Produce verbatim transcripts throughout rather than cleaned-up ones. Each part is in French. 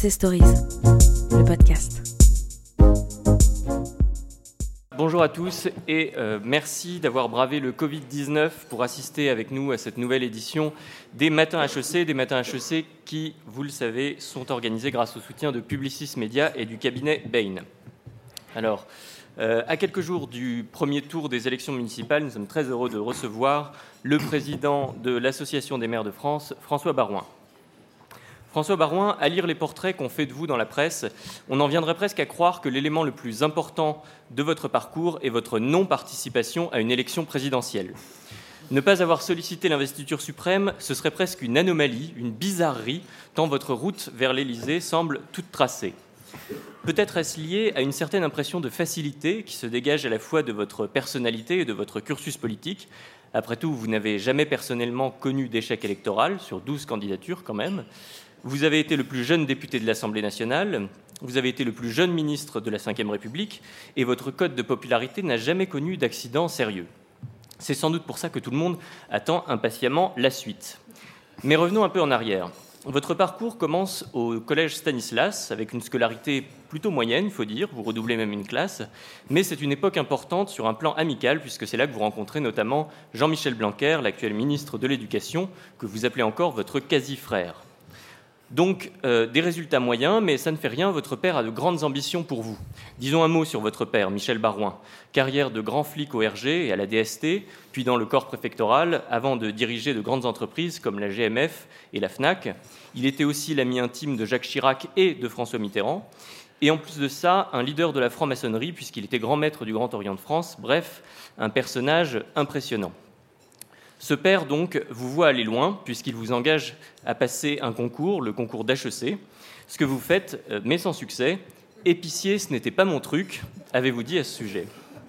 H E C Stories, le podcast. Bonjour à tous et euh, merci d'avoir bravé le covid dix-neuf pour assister avec nous à cette nouvelle édition des Matins H E C, des Matins H E C qui, vous le savez, sont organisés grâce au soutien de Publicis Média et du cabinet Bain. Alors, euh, à quelques jours du premier tour des élections municipales, nous sommes très heureux de recevoir le président de l'Association des maires de France, François Baroin. François Baroin, à lire les portraits qu'on fait de vous dans la presse, on en viendrait presque à croire que l'élément le plus important de votre parcours est votre non-participation à une élection présidentielle. Ne pas avoir sollicité l'investiture suprême, ce serait presque une anomalie, une bizarrerie, tant votre route vers l'Élysée semble toute tracée. Peut-être est-ce lié à une certaine impression de facilité qui se dégage à la fois de votre personnalité et de votre cursus politique. Après tout, vous n'avez jamais personnellement connu d'échec électoral, sur douze candidatures quand même. Vous avez été le plus jeune député de l'Assemblée nationale, vous avez été le plus jeune ministre de la cinquième République, et votre cote de popularité n'a jamais connu d'accident sérieux. C'est sans doute pour ça que tout le monde attend impatiemment la suite. Mais revenons un peu en arrière. Votre parcours commence au collège Stanislas, avec une scolarité plutôt moyenne, il faut dire, vous redoublez même une classe, mais c'est une époque importante sur un plan amical, puisque c'est là que vous rencontrez notamment Jean-Michel Blanquer, l'actuel ministre de l'Éducation, que vous appelez encore votre quasi-frère. Donc, euh, des résultats moyens, mais ça ne fait rien, votre père a de grandes ambitions pour vous. Disons un mot sur votre père, Michel Baroin. Carrière de grand flic au R G et à la D S T, puis dans le corps préfectoral, avant de diriger de grandes entreprises comme la G M F et la FNAC. Il était aussi l'ami intime de Jacques Chirac et de François Mitterrand. Et en plus de ça, un leader de la franc-maçonnerie, puisqu'il était grand maître du Grand Orient de France. Bref, un personnage impressionnant. Ce père, donc, vous voit aller loin, puisqu'il vous engage à passer un concours, le concours d'H E C. Ce que vous faites, mais sans succès. Épicier, ce n'était pas mon truc, avez-vous dit à ce sujet.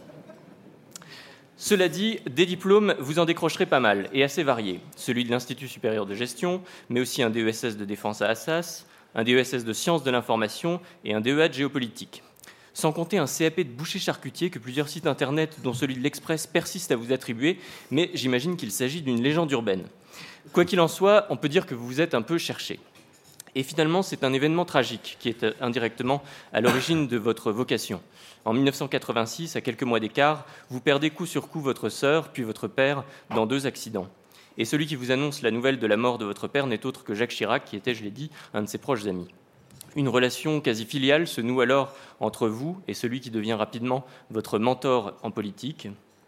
Cela dit, des diplômes, vous en décrocherez pas mal, et assez variés. Celui de l'Institut supérieur de gestion, mais aussi un D E S S de défense à Assas, un D E S S de sciences de l'information et un D E A de géopolitique. Sans compter un C A P de boucher-charcutier que plusieurs sites internet, dont celui de l'Express, persistent à vous attribuer, mais j'imagine qu'il s'agit d'une légende urbaine. Quoi qu'il en soit, on peut dire que vous vous êtes un peu cherché. Et finalement, c'est un événement tragique qui est indirectement à l'origine de votre vocation. En mille neuf cent quatre-vingt-six, à quelques mois d'écart, vous perdez coup sur coup votre sœur, puis votre père, dans deux accidents. Et celui qui vous annonce la nouvelle de la mort de votre père n'est autre que Jacques Chirac, qui était, je l'ai dit, un de ses proches amis. Une relation quasi filiale se noue alors entre vous et celui qui devient rapidement votre mentor en politique.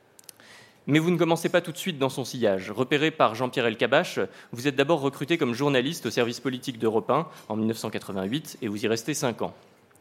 Mais vous ne commencez pas tout de suite dans son sillage. Repéré par Jean-Pierre Elkabbach, vous êtes d'abord recruté comme journaliste au service politique d'Europe un en mille neuf cent quatre-vingt-huit et vous y restez cinq ans.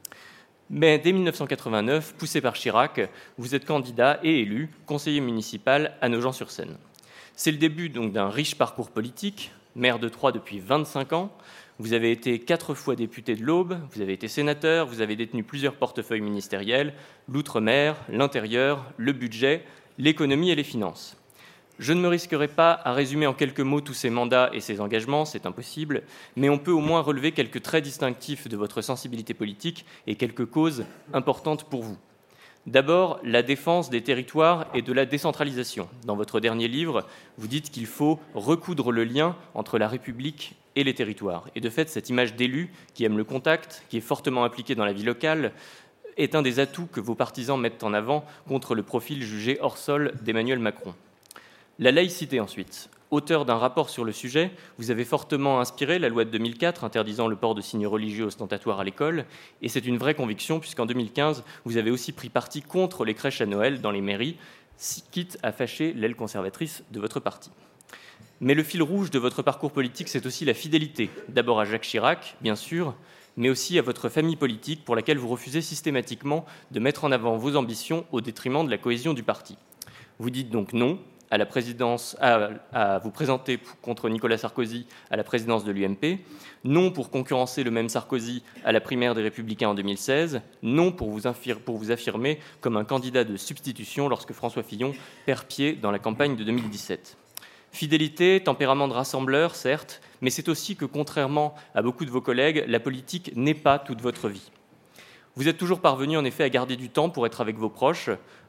Mais dès mille neuf cent quatre-vingt-neuf, poussé par Chirac, vous êtes candidat et élu conseiller municipal à Nogent-sur-Seine. C'est le début donc d'un riche parcours politique, maire de Troyes depuis vingt-cinq ans. Vous avez été quatre fois député de l'Aube, vous avez été sénateur, vous avez détenu plusieurs portefeuilles ministériels, l'outre-mer, l'intérieur, le budget, l'économie et les finances. Je ne me risquerai pas à résumer en quelques mots tous ces mandats et ces engagements, c'est impossible, mais on peut au moins relever quelques traits distinctifs de votre sensibilité politique et quelques causes importantes pour vous. D'abord, la défense des territoires et de la décentralisation. Dans votre dernier livre, vous dites qu'il faut recoudre le lien entre la République et les territoires. Et de fait, cette image d'élu qui aime le contact, qui est fortement impliqué dans la vie locale, est un des atouts que vos partisans mettent en avant contre le profil jugé hors sol d'Emmanuel Macron. La laïcité ensuite. Auteur d'un rapport sur le sujet, vous avez fortement inspiré la loi de deux mille quatre interdisant le port de signes religieux ostentatoires à l'école, et c'est une vraie conviction puisqu'en deux mille quinze, vous avez aussi pris parti contre les crèches à Noël dans les mairies, quitte à fâcher l'aile conservatrice de votre parti. Mais le fil rouge de votre parcours politique, c'est aussi la fidélité, d'abord à Jacques Chirac, bien sûr, mais aussi à votre famille politique pour laquelle vous refusez systématiquement de mettre en avant vos ambitions au détriment de la cohésion du parti. Vous dites donc non à la présidence, à, à vous présenter contre Nicolas Sarkozy à la présidence de l'U M P, non pour concurrencer le même Sarkozy à la primaire des Républicains en deux mille seize, non pour vous, infir- pour vous affirmer comme un candidat de substitution lorsque François Fillon perd pied dans la campagne de deux mille dix-sept. Fidélité, tempérament de rassembleur, certes, mais c'est aussi que, contrairement à beaucoup de vos collègues, la politique n'est pas toute votre vie. Vous êtes toujours parvenu en effet à garder du temps pour être avec vos proches.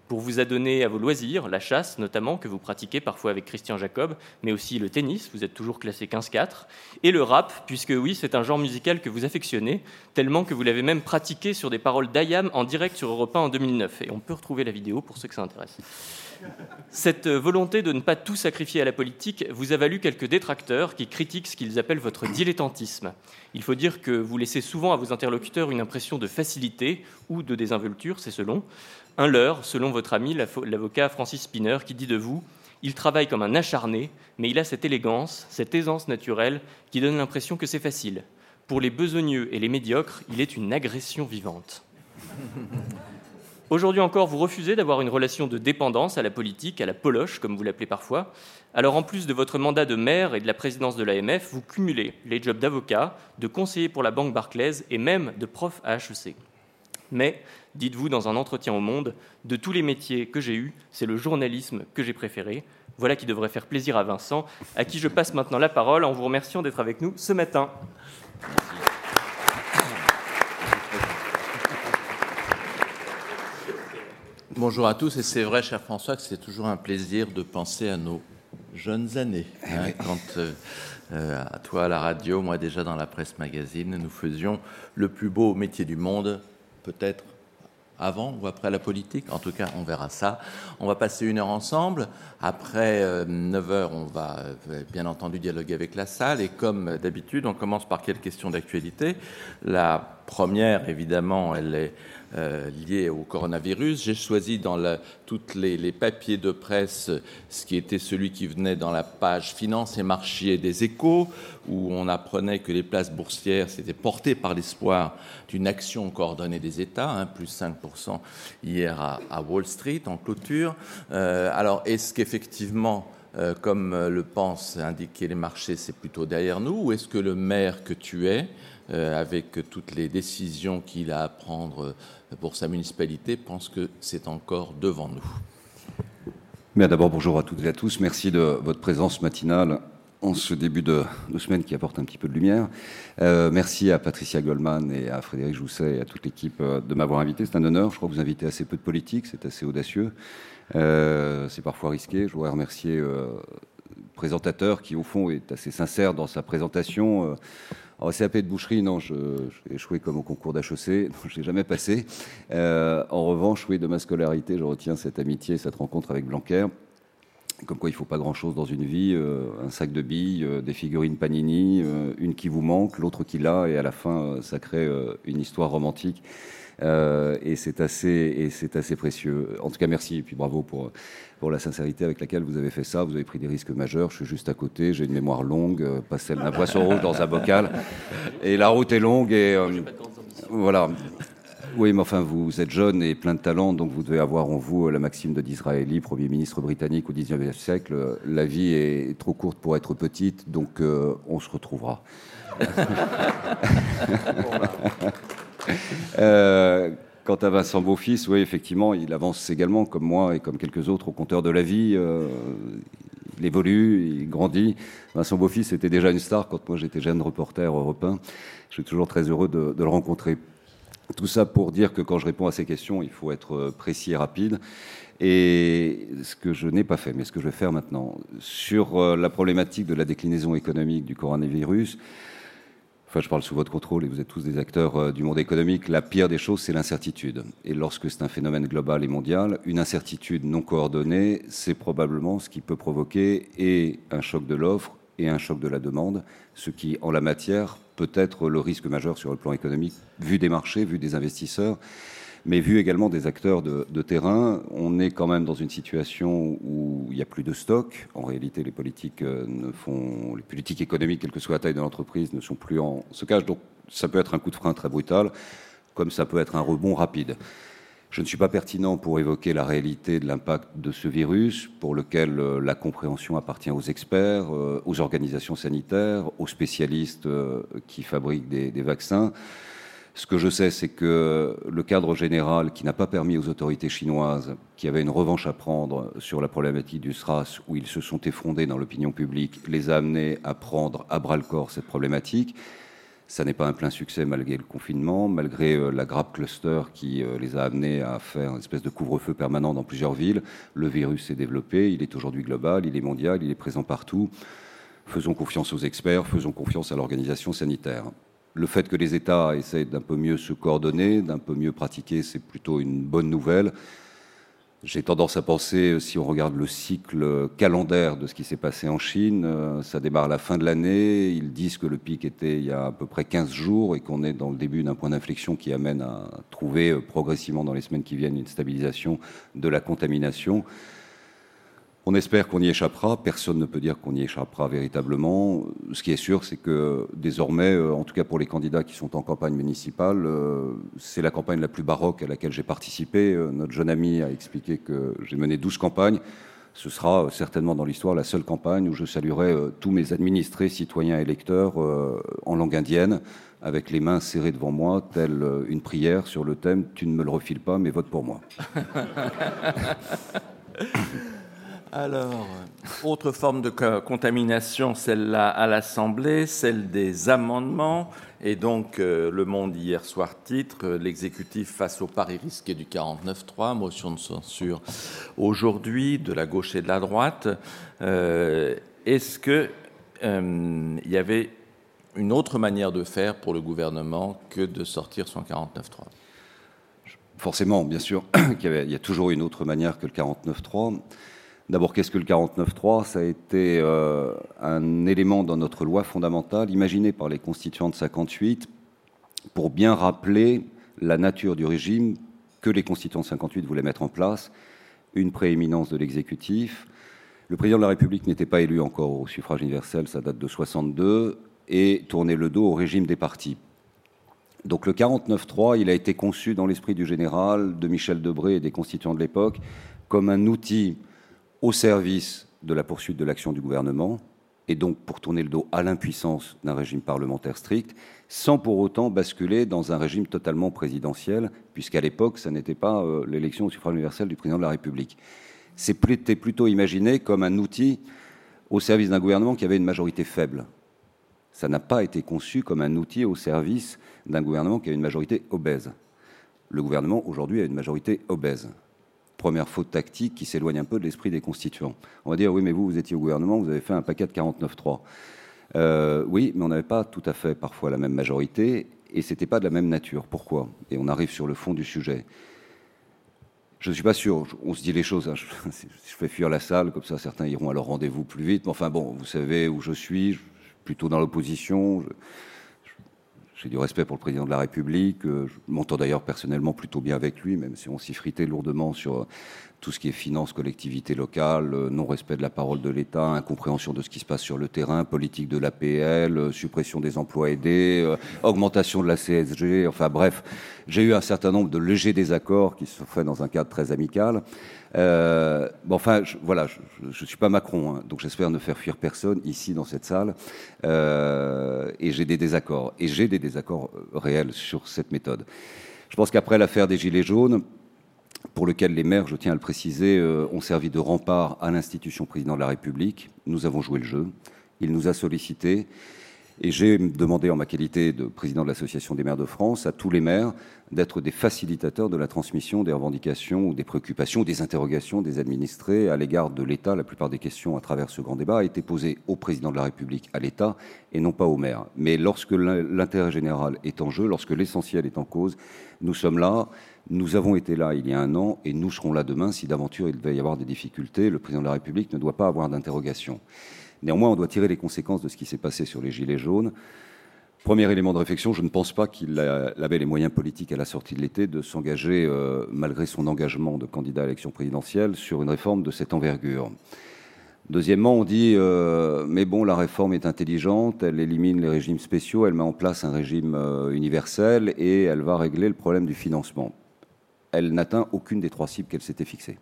pour vous adonner à vos loisirs, la chasse notamment, que vous pratiquez parfois avec Christian Jacob, mais aussi le tennis, vous êtes toujours classé quinze quatre, et le rap, puisque oui, c'est un genre musical que vous affectionnez, tellement que vous l'avez même pratiqué sur des paroles d'A Y A M en direct sur Europe un en deux mille neuf, et on peut retrouver la vidéo pour ceux que ça intéresse. Cette volonté de ne pas tout sacrifier à la politique vous a valu quelques détracteurs qui critiquent ce qu'ils appellent votre dilettantisme. Il faut dire que vous laissez souvent à vos interlocuteurs une impression de facilité ou de désinvolture, c'est selon. Un leurre, selon votre ami l'avocat Francis Spinner, qui dit de vous « Il travaille comme un acharné, mais il a cette élégance, cette aisance naturelle qui donne l'impression que c'est facile. Pour les besogneux et les médiocres, il est une agression vivante. » Aujourd'hui encore, vous refusez d'avoir une relation de dépendance à la politique, à la poloche, comme vous l'appelez parfois. Alors en plus de votre mandat de maire et de la présidence de l'A M F, vous cumulez les jobs d'avocat, de conseiller pour la banque Barclays et même de prof à H E C. Mais, dites-vous dans un entretien au Monde, de tous les métiers que j'ai eus, c'est le journalisme que j'ai préféré. Voilà qui devrait faire plaisir à Vincent, à qui je passe maintenant la parole en vous remerciant d'être avec nous ce matin. Bonjour à tous, et c'est vrai, cher François, que c'est toujours un plaisir de penser à nos jeunes années. Hein, quand euh, euh, à toi à la radio, moi déjà dans la presse magazine, nous faisions le plus beau métier du monde, peut-être avant ou après la politique. En tout cas, on verra ça. On va passer une heure ensemble. Après euh, neuf heures, on va euh, bien entendu dialoguer avec la salle. Et comme d'habitude, on commence par quelques questions d'actualité. La première, évidemment, elle est Euh, lié au coronavirus. J'ai choisi dans la, toutes les, les papiers de presse ce qui était celui qui venait dans la page Finances et marchés des Échos, où on apprenait que les places boursières s'étaient portées par l'espoir d'une action coordonnée des États, hein, plus cinq pour cent hier à, à Wall Street en clôture. Euh, alors, est-ce qu'effectivement, euh, comme le pensent indiquer les marchés, c'est plutôt derrière nous, ou est-ce que le maire que tu es, Euh, avec toutes les décisions qu'il a à prendre pour sa municipalité, pense que c'est encore devant nous. Bien, d'abord, bonjour à toutes et à tous. Merci de votre présence matinale en ce début de, de semaine qui apporte un petit peu de lumière. Euh, merci à Patricia Goldman et à Frédéric Jousset et à toute l'équipe de m'avoir invité. C'est un honneur. Je crois que vous invitez assez peu de politique. C'est assez audacieux. Euh, c'est parfois risqué. Je voudrais remercier euh, le présentateur qui, au fond, est assez sincère dans sa présentation. Euh, En C A P de boucherie, non, je, j'ai échoué comme au concours d'H E C, non, je n'ai jamais passé. Euh, en revanche, oui, de ma scolarité, je retiens cette amitié, cette rencontre avec Blanquer. Comme quoi, il ne faut pas grand-chose dans une vie, euh, un sac de billes, euh, des figurines Panini, euh, une qui vous manque, l'autre qui l'a, et à la fin, euh, ça crée euh, une histoire romantique. Euh, et c'est assez, et c'est assez précieux. En tout cas, merci, et puis bravo pour, pour la sincérité avec laquelle vous avez fait ça. Vous avez pris des risques majeurs. Je suis juste à côté, j'ai une mémoire longue, euh, pas celle d'un poisson rouge dans un bocal. Et la route est longue, et euh, voilà. Oui, mais enfin, vous êtes jeune et plein de talent, donc vous devez avoir en vous la maxime de Disraeli, Premier ministre britannique au dix-neuvième siècle. La vie est trop courte pour être petite, donc euh, on se retrouvera. euh, quant à Vincent Beaufils, oui, effectivement, il avance également, comme moi et comme quelques autres, au compteur de la vie. Euh, il évolue, il grandit. Vincent Beaufils était déjà une star quand moi j'étais jeune reporter européen. Je suis toujours très heureux de, de le rencontrer. Tout ça pour dire que quand je réponds à ces questions, il faut être précis et rapide. Et ce que je n'ai pas fait, mais ce que je vais faire maintenant, sur la problématique de la déclinaison économique du coronavirus, enfin je parle sous votre contrôle et vous êtes tous des acteurs du monde économique, la pire des choses, c'est l'incertitude. Et lorsque c'est un phénomène global et mondial, une incertitude non coordonnée, c'est probablement ce qui peut provoquer et un choc de l'offre et un choc de la demande, ce qui, en la matière, peut être le risque majeur sur le plan économique, vu des marchés, vu des investisseurs, mais vu également des acteurs de, de terrain. On est quand même dans une situation où il n'y a plus de stock. En réalité, les politiques ne font, les politiques économiques, quelle que soit la taille de l'entreprise, ne sont plus en stockage. Donc, ça peut être un coup de frein très brutal, comme ça peut être un rebond rapide. Je ne suis pas pertinent pour évoquer la réalité de l'impact de ce virus, pour lequel euh, la compréhension appartient aux experts, euh, aux organisations sanitaires, aux spécialistes euh, qui fabriquent des, des vaccins. Ce que je sais, c'est que le cadre général qui n'a pas permis aux autorités chinoises, qui avaient une revanche à prendre sur la problématique du SRAS, où ils se sont effondrés dans l'opinion publique, les a amenés à prendre à bras-le-corps cette problématique. Ça n'est pas un plein succès malgré le confinement, malgré euh, la grappe cluster qui euh, les a amenés à faire une espèce de couvre-feu permanent dans plusieurs villes. Le virus s'est développé, il est aujourd'hui global, il est mondial, il est présent partout. Faisons confiance aux experts, faisons confiance à l'organisation sanitaire. Le fait que les États essaient d'un peu mieux se coordonner, d'un peu mieux pratiquer, c'est plutôt une bonne nouvelle. J'ai tendance à penser, si on regarde le cycle calendaire de ce qui s'est passé en Chine, ça démarre à la fin de l'année. Ils disent que le pic était il y a à peu près quinze jours et qu'on est dans le début d'un point d'inflexion qui amène à trouver progressivement dans les semaines qui viennent une stabilisation de la contamination. On espère qu'on y échappera. Personne ne peut dire qu'on y échappera véritablement. Ce qui est sûr, c'est que désormais, en tout cas pour les candidats qui sont en campagne municipale, c'est la campagne la plus baroque à laquelle j'ai participé. Notre jeune ami a expliqué que j'ai mené douze campagnes. Ce sera certainement dans l'histoire la seule campagne où je saluerai tous mes administrés, citoyens et électeurs en langue indienne, avec les mains serrées devant moi, telle une prière sur le thème « Tu ne me le refiles pas, mais vote pour moi ». Alors, autre forme de contamination, celle-là à l'Assemblée, celle des amendements. Et donc, euh, Le Monde hier soir titre « L'exécutif face au pari risqué du quarante-neuf trois », motion de censure aujourd'hui de la gauche et de la droite. Euh, est-ce qu'il euh, y avait une autre manière de faire pour le gouvernement que de sortir son quarante-neuf trois ? Forcément, bien sûr, qu'il y, avait, il y a toujours une autre manière que le quarante-neuf trois. D'abord, qu'est-ce que le quarante-neuf trois ? Ça a été euh, un élément dans notre loi fondamentale, imaginé par les constituants de cinquante-huit, pour bien rappeler la nature du régime que les constituants de cinquante-huit voulaient mettre en place, une prééminence de l'exécutif. Le président de la République n'était pas élu encore au suffrage universel, ça date de soixante-deux, et tournait le dos au régime des partis. Donc le quarante-neuf trois, il a été conçu dans l'esprit du général, de Michel Debré et des constituants de l'époque, comme un outil au service de la poursuite de l'action du gouvernement, et donc pour tourner le dos à l'impuissance d'un régime parlementaire strict, sans pour autant basculer dans un régime totalement présidentiel, puisqu'à l'époque, ça n'était pas euh, l'élection au suffrage universel du président de la République. C'était plutôt imaginé comme un outil au service d'un gouvernement qui avait une majorité faible. Ça n'a pas été conçu comme un outil au service d'un gouvernement qui a une majorité obèse. Le gouvernement, aujourd'hui, a une majorité obèse. Première faute tactique qui s'éloigne un peu de l'esprit des constituants. On va dire, oui, mais vous, vous étiez au gouvernement, vous avez fait un paquet de quarante-neuf trois. Euh, oui, mais on n'avait pas tout à fait parfois la même majorité, et ce n'était pas de la même nature. Pourquoi ? Et on arrive sur le fond du sujet. Je ne suis pas sûr, on se dit les choses, hein. je, je fais fuir la salle, comme ça certains iront à leur rendez-vous plus vite, mais enfin bon, vous savez où je suis, je suis plutôt dans l'opposition, je, j'ai du respect pour le président de la République, je m'entends d'ailleurs personnellement plutôt bien avec lui, même si on s'y fritait lourdement sur tout ce qui est finances, collectivités locales, non-respect de la parole de l'État, incompréhension de ce qui se passe sur le terrain, politique de l'A P L, suppression des emplois aidés, augmentation de la C S G, enfin bref, j'ai eu un certain nombre de légers désaccords qui se sont faits dans un cadre très amical. Euh, bon, enfin, je, voilà, je ne suis pas Macron, hein, donc j'espère ne faire fuir personne ici dans cette salle. Euh, et j'ai des désaccords, et j'ai des désaccords réels sur cette méthode. Je pense qu'après l'affaire des Gilets jaunes, pour lequel les maires, je tiens à le préciser, euh, ont servi de rempart à l'institution président de la République, nous avons joué le jeu. Il nous a sollicités. Et j'ai demandé, en ma qualité de président de l'Association des maires de France, à tous les maires d'être des facilitateurs de la transmission des revendications ou des préoccupations ou des interrogations des administrés à l'égard de l'État. La plupart des questions à travers ce grand débat a été posée au président de la République, à l'État, et non pas aux maires. Mais lorsque l'intérêt général est en jeu, lorsque l'essentiel est en cause, nous sommes là. Nous avons été là il y a un an et nous serons là demain si d'aventure il devait y avoir des difficultés. Le président de la République ne doit pas avoir d'interrogation. Néanmoins, on doit tirer les conséquences de ce qui s'est passé sur les Gilets jaunes. Premier élément de réflexion, je ne pense pas qu'il avait les moyens politiques à la sortie de l'été de s'engager, euh, malgré son engagement de candidat à l'élection présidentielle, sur une réforme de cette envergure. Deuxièmement, on dit euh, mais bon, la réforme est intelligente, elle élimine les régimes spéciaux, elle met en place un régime euh, universel et elle va régler le problème du financement. Elle n'atteint aucune des trois cibles qu'elle s'était fixées.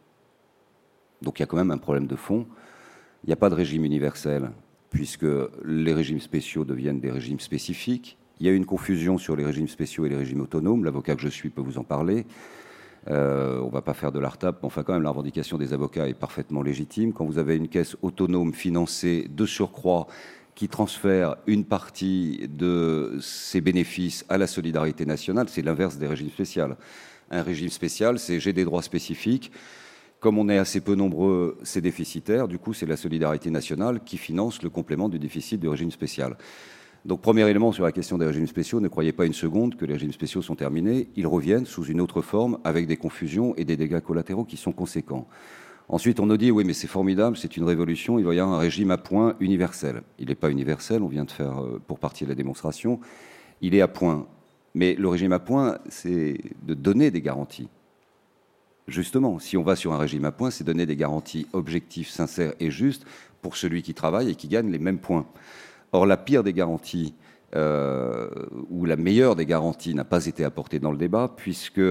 Donc il y a quand même un problème de fond. Il n'y a pas de régime universel, puisque les régimes spéciaux deviennent des régimes spécifiques. Il y a une confusion sur les régimes spéciaux et les régimes autonomes. L'avocat que je suis peut vous en parler. Euh, on ne va pas faire de la retape, mais enfin quand même la revendication des avocats est parfaitement légitime. Quand vous avez une caisse autonome financée de surcroît qui transfère une partie de ses bénéfices à la solidarité nationale, c'est l'inverse des régimes spéciaux. Un régime spécial, c'est j'ai des droits spécifiques. Comme on est assez peu nombreux, c'est déficitaire. Du coup, c'est la solidarité nationale qui finance le complément du déficit du régime spécial. Donc, premier élément sur la question des régimes spéciaux, ne croyez pas une seconde que les régimes spéciaux sont terminés. Ils reviennent sous une autre forme, avec des confusions et des dégâts collatéraux qui sont conséquents. Ensuite, on nous dit, oui, mais c'est formidable, c'est une révolution, il va y avoir un régime à points universel. Il n'est pas universel, on vient de faire pour partie la démonstration. Il est à points. Mais le régime à points, c'est de donner des garanties. Justement, si on va sur un régime à points, c'est donner des garanties objectives, sincères et justes pour celui qui travaille et qui gagne les mêmes points. Or, la pire des garanties, euh, ou la meilleure des garanties, n'a pas été apportée dans le débat, puisque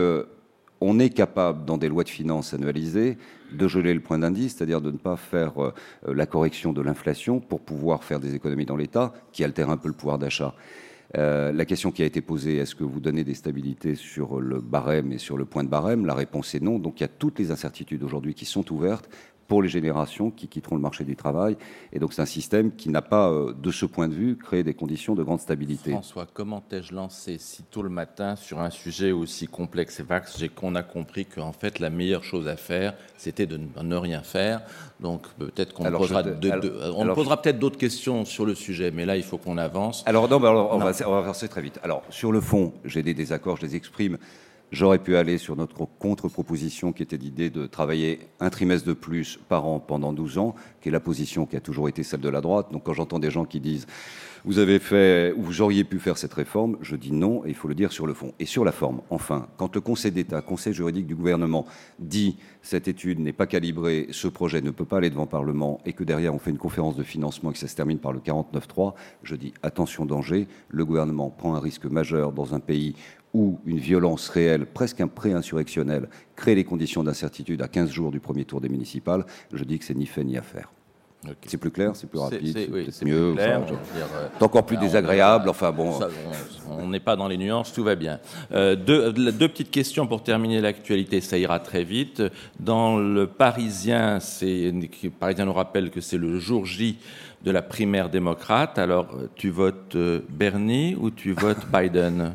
on est capable, dans des lois de finances annualisées, de geler le point d'indice, c'est-à-dire de ne pas faire euh, la correction de l'inflation pour pouvoir faire des économies dans l'État, qui altèrent un peu le pouvoir d'achat. Euh, la question qui a été posée, est-ce que vous donnez des stabilités sur le barème et sur le point de barème? La réponse est non. Donc il y a toutes les incertitudes aujourd'hui qui sont ouvertes pour les générations qui quitteront le marché du travail. Et donc c'est un système qui n'a pas, euh, de ce point de vue, créé des conditions de grande stabilité. François, comment t'ai-je lancé si tôt le matin sur un sujet aussi complexe et vaste? J'ai qu'on a compris qu'en fait la meilleure chose à faire, c'était de ne rien faire. Donc peut-être qu'on alors, posera, te, de, alors, de, on alors, posera peut-être d'autres questions sur le sujet, mais là il faut qu'on avance. Alors non, mais alors, on, non. Va, on va avancer très vite. Alors sur le fond, j'ai des désaccords, je les exprime. J'aurais pu aller sur notre contre-proposition qui était l'idée de travailler un trimestre de plus par an pendant douze ans, qui est la position qui a toujours été celle de la droite. Donc quand j'entends des gens qui disent « vous avez fait ou vous auriez pu faire cette réforme », je dis non, et il faut le dire sur le fond. Et sur la forme, enfin, quand le Conseil d'État, Conseil juridique du gouvernement, dit « cette étude n'est pas calibrée, ce projet ne peut pas aller devant le Parlement », et que derrière on fait une conférence de financement et que ça se termine par le quarante-neuf trois, je dis « attention danger, le gouvernement prend un risque majeur dans un pays où une violence réelle, presque un pré-insurrectionnel, crée les conditions d'incertitude à quinze jours du premier tour des municipales, je dis que c'est ni fait ni à faire. Okay. C'est plus clair, c'est plus rapide, c'est, c'est, oui, c'est mieux, clair, enfin, dire, euh, c'est encore plus désagréable, on, enfin bon... On n'est pas dans les nuances, tout va bien. Euh, deux, deux petites questions pour terminer l'actualité, ça ira très vite. Dans le Parisien, c'est, le Parisien nous rappelle que c'est le jour J de la primaire démocrate, alors tu votes Bernie ou tu votes Biden?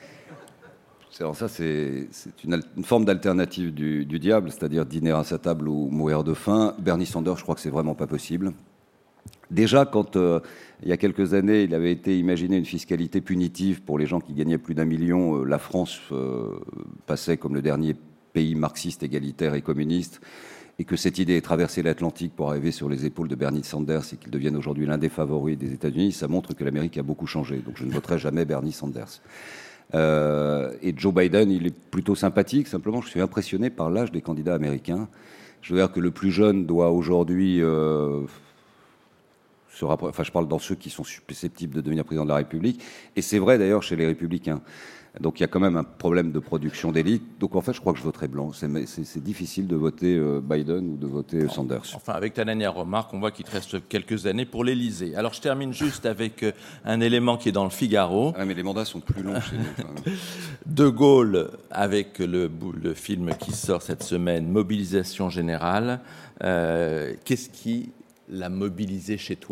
Alors ça, c'est, c'est une, une forme d'alternative du, du diable, c'est-à-dire dîner à sa table ou mourir de faim. Bernie Sanders, je crois que c'est vraiment pas possible. Déjà, quand euh, il y a quelques années, il avait été imaginé une fiscalité punitive pour les gens qui gagnaient plus d'un million, euh, la France euh, passait comme le dernier pays marxiste, égalitaire et communiste, et que cette idée ait traversé l'Atlantique pour arriver sur les épaules de Bernie Sanders et qu'il devienne aujourd'hui l'un des favoris des États-Unis, ça montre que l'Amérique a beaucoup changé. Donc je ne voterai jamais Bernie Sanders. Euh, et Joe Biden, il est plutôt sympathique. Simplement, je suis impressionné par l'âge des candidats américains. Je veux dire que le plus jeune doit aujourd'hui euh, se rapprocher. Enfin, je parle dans ceux qui sont susceptibles de devenir président de la République. Et c'est vrai d'ailleurs chez les Républicains. Donc il y a quand même un problème de production d'élite. Donc en fait, je crois que je voterai blanc. C'est, c'est, c'est difficile de voter euh, Biden ou de voter euh, Sanders. Enfin, avec ta dernière remarque, on voit qu'il te reste quelques années pour l'Élysée. Alors je termine juste avec euh, un élément qui est dans le Figaro. Ah, mais les mandats sont plus longs chez nous. Quand même. De Gaulle, avec le, le film qui sort cette semaine, Mobilisation générale. Euh, qu'est-ce qui l'a mobilisé chez toi ?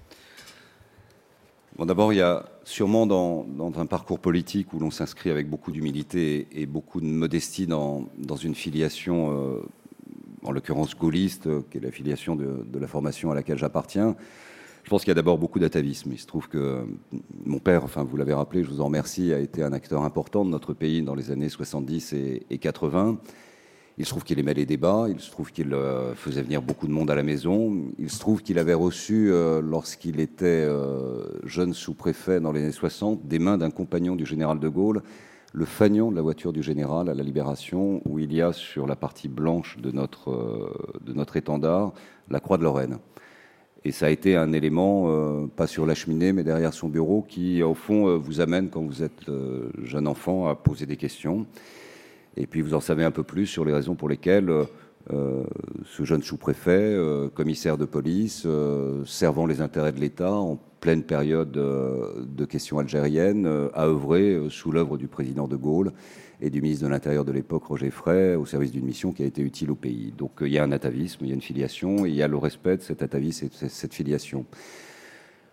Bon, d'abord, il y a sûrement dans, dans un parcours politique où l'on s'inscrit avec beaucoup d'humilité et, et beaucoup de modestie dans, dans une filiation, euh, en l'occurrence gaulliste, euh, qui est la filiation de, de la formation à laquelle j'appartiens. Je pense qu'il y a d'abord beaucoup d'atavisme. Il se trouve que euh, mon père, enfin vous l'avez rappelé, je vous en remercie, a été un acteur important de notre pays dans les années soixante-dix et, et quatre-vingts. Il se trouve qu'il aimait les débats, il se trouve qu'il euh, faisait venir beaucoup de monde à la maison, il se trouve qu'il avait reçu, euh, lorsqu'il était euh, jeune sous-préfet dans les années soixante, des mains d'un compagnon du général de Gaulle, le fanion de la voiture du général à la Libération, où il y a sur la partie blanche de notre, euh, de notre étendard la croix de Lorraine. Et ça a été un élément, euh, pas sur la cheminée, mais derrière son bureau, qui, au fond, euh, vous amène, quand vous êtes euh, jeune enfant, à poser des questions. Et puis vous en savez un peu plus sur les raisons pour lesquelles euh, ce jeune sous-préfet, euh, commissaire de police, euh, servant les intérêts de l'État en pleine période euh, de questions algériennes, euh, a œuvré euh, sous l'œuvre du président de Gaulle et du ministre de l'Intérieur de l'époque, Roger Frey, au service d'une mission qui a été utile au pays. Donc euh, il y a un atavisme, il y a une filiation, et il y a le respect de cet atavisme et de cette filiation.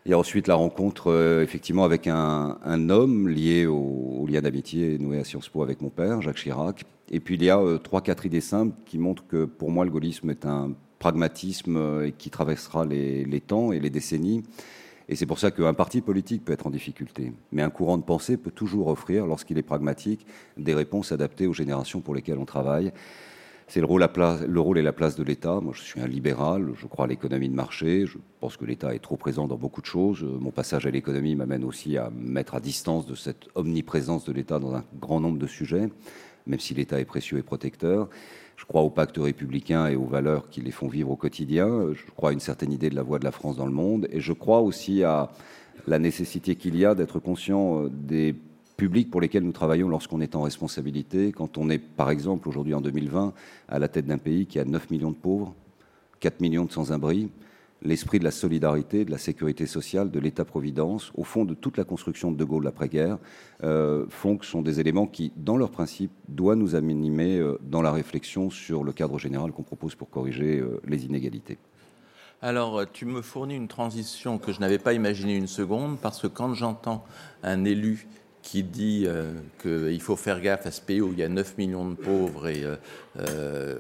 Il y a ensuite la rencontre, euh, effectivement, avec un, un homme lié au, au lien d'amitié noué à Sciences Po avec mon père, Jacques Chirac. Et puis il y a euh, trois, quatre idées simples qui montrent que pour moi, le gaullisme est un pragmatisme euh, qui traversera les, les temps et les décennies. Et c'est pour ça qu'un parti politique peut être en difficulté. Mais un courant de pensée peut toujours offrir, lorsqu'il est pragmatique, des réponses adaptées aux générations pour lesquelles on travaille. C'est le rôle, place, le rôle et la place de l'État. Moi, je suis un libéral, je crois à l'économie de marché. Je pense que l'État est trop présent dans beaucoup de choses. Mon passage à l'économie m'amène aussi à me mettre à distance de cette omniprésence de l'État dans un grand nombre de sujets, même si l'État est précieux et protecteur. Je crois au pacte républicain et aux valeurs qui les font vivre au quotidien. Je crois à une certaine idée de la voix de la France dans le monde. Et je crois aussi à la nécessité qu'il y a d'être conscient des publics pour lesquels nous travaillons lorsqu'on est en responsabilité, quand on est, par exemple, aujourd'hui en deux mille vingt, à la tête d'un pays qui a neuf millions de pauvres, quatre millions de sans-abri, l'esprit de la solidarité, de la sécurité sociale, de l'État-providence, au fond de toute la construction de De Gaulle l'après-guerre, euh, font que ce sont des éléments qui, dans leur principe, doivent nous animer euh, dans la réflexion sur le cadre général qu'on propose pour corriger euh, les inégalités. Alors, tu me fournis une transition que je n'avais pas imaginée une seconde, parce que quand j'entends un élu qui dit euh, qu'il faut faire gaffe à ce pays où il y a neuf millions de pauvres, et euh, euh,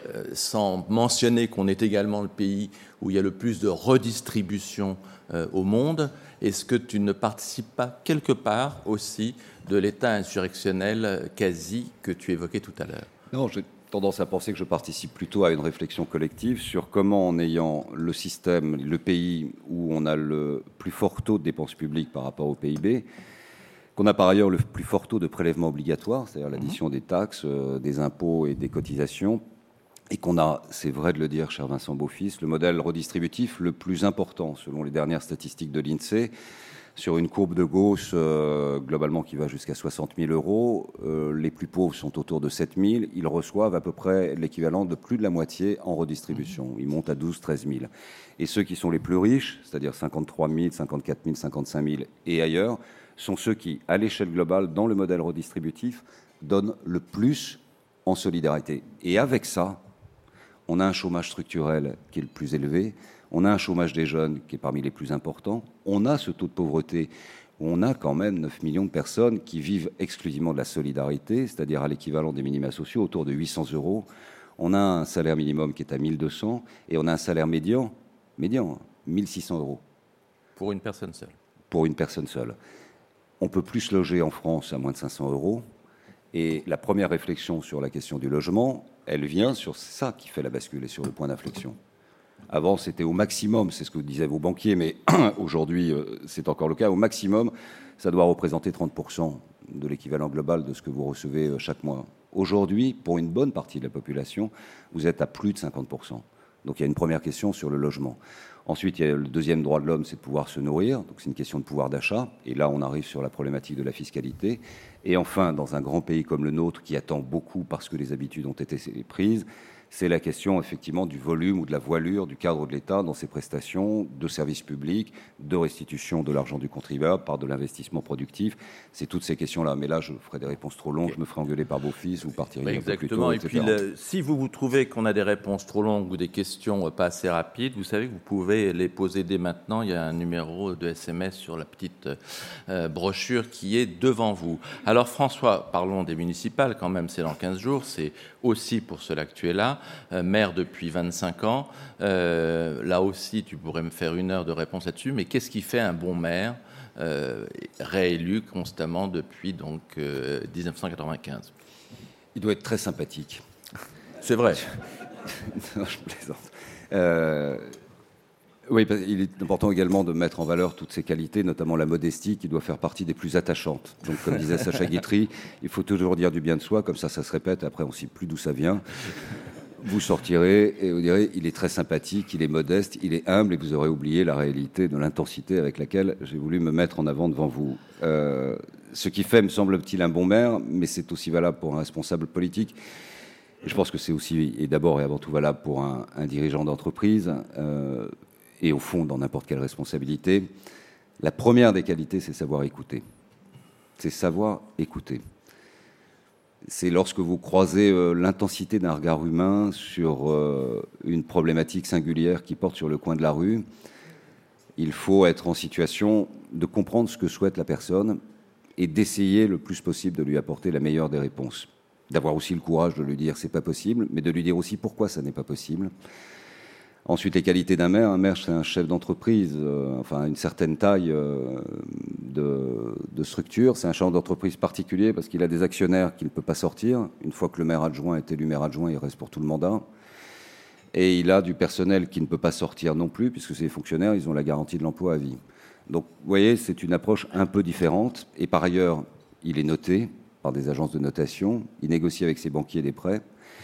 sans mentionner qu'on est également le pays où il y a le plus de redistribution euh, au monde, est-ce que tu ne participes pas quelque part aussi de l'état insurrectionnel quasi que tu évoquais tout à l'heure? Non, j'ai tendance à penser que je participe plutôt à une réflexion collective sur comment, en ayant le système, le pays où on a le plus fort taux de dépenses publiques par rapport au P I B, qu'on a par ailleurs le plus fort taux de prélèvement obligatoire, c'est-à-dire l'addition des taxes, euh, des impôts et des cotisations, et qu'on a, c'est vrai de le dire, cher Vincent Beaufils, le modèle redistributif le plus important, selon les dernières statistiques de l'INSEE, sur une courbe de Gauss, euh, globalement, qui va jusqu'à soixante mille euros. Euh, les plus pauvres sont autour de sept mille. Ils reçoivent à peu près l'équivalent de plus de la moitié en redistribution. Ils montent à douze à treize mille. Et ceux qui sont les plus riches, c'est-à-dire cinquante-trois mille, cinquante-quatre mille, cinquante-cinq mille et ailleurs, sont ceux qui, à l'échelle globale, dans le modèle redistributif, donnent le plus en solidarité. Et avec ça, on a un chômage structurel qui est le plus élevé, on a un chômage des jeunes qui est parmi les plus importants, on a ce taux de pauvreté où on a quand même neuf millions de personnes qui vivent exclusivement de la solidarité, c'est-à-dire à l'équivalent des minima sociaux, autour de huit cents euros. On a un salaire minimum qui est à mille deux cents et on a un salaire médian, médian, mille six cents euros. Pour une personne seule. Pour une personne seule. On peut plus se loger en France à moins de cinq cents euros. Et la première réflexion sur la question du logement, elle vient sur ça qui fait la bascule et sur le point d'inflexion. Avant, c'était au maximum, c'est ce que disaient vos banquiers, mais aujourd'hui, c'est encore le cas. Au maximum, ça doit représenter trente pour cent de l'équivalent global de ce que vous recevez chaque mois. Aujourd'hui, pour une bonne partie de la population, vous êtes à plus de cinquante pour cent. Donc il y a une première question sur le logement. Ensuite, il y a le deuxième droit de l'homme, c'est de pouvoir se nourrir. Donc c'est une question de pouvoir d'achat. Et là, on arrive sur la problématique de la fiscalité. Et enfin, dans un grand pays comme le nôtre, qui attend beaucoup parce que les habitudes ont été prises, c'est la question effectivement du volume ou de la voilure du cadre de l'État dans ses prestations de services publics, de restitution de l'argent du contribuable par de l'investissement productif. C'est toutes ces questions-là. Mais là, je ferai des réponses trop longues, je me ferai engueuler par Beaufils, vous partiriez bah, un peu plus tôt, et puis, le, si vous, vous trouvez qu'on a des réponses trop longues ou des questions pas assez rapides, vous savez que vous pouvez les poser dès maintenant. Il y a un numéro de S M S sur la petite euh, brochure qui est devant vous. Alors François, parlons des municipales quand même, c'est dans quinze jours, c'est aussi pour cela que tu es là. Euh, maire depuis vingt-cinq ans. Euh, là aussi, tu pourrais me faire une heure de réponse là-dessus. Mais qu'est-ce qui fait un bon maire euh, réélu constamment depuis donc euh, dix-neuf cent quatre-vingt-quinze? Il doit être très sympathique. C'est vrai. Non, je plaisante. Euh, oui, il est important également de mettre en valeur toutes ces qualités, notamment la modestie, qui doit faire partie des plus attachantes. Donc, comme disait Sacha Guitry, il faut toujours dire du bien de soi, comme ça, ça se répète. Après, on ne sait plus d'où ça vient. Vous sortirez et vous direz il est très sympathique, il est modeste, il est humble, et vous aurez oublié la réalité de l'intensité avec laquelle j'ai voulu me mettre en avant devant vous. Euh, ce qui fait, me semble-t-il, un bon maire, mais c'est aussi valable pour un responsable politique. Et je pense que c'est aussi, et d'abord et avant tout, valable pour un, un dirigeant d'entreprise, euh, et au fond, dans n'importe quelle responsabilité. La première des qualités, c'est savoir écouter. C'est savoir écouter. C'est lorsque vous croisez euh, l'intensité d'un regard humain sur euh, une problématique singulière qui porte sur le coin de la rue, il faut être en situation de comprendre ce que souhaite la personne et d'essayer le plus possible de lui apporter la meilleure des réponses. D'avoir aussi le courage de lui dire c'est pas possible, mais de lui dire aussi pourquoi ça n'est pas possible. Ensuite, les qualités d'un maire. Un maire, c'est un chef d'entreprise, euh, enfin une certaine taille euh, de, de structure. C'est un chef d'entreprise particulier parce qu'il a des actionnaires qui ne peut pas sortir. Une fois que le maire adjoint est élu maire adjoint, il reste pour tout le mandat. Et il a du personnel qui ne peut pas sortir non plus, puisque ces fonctionnaires, ils ont la garantie de l'emploi à vie. Donc, vous voyez, c'est une approche un peu différente. Et par ailleurs, il est noté par des agences de notation. Il négocie avec ses banquiers des prêts.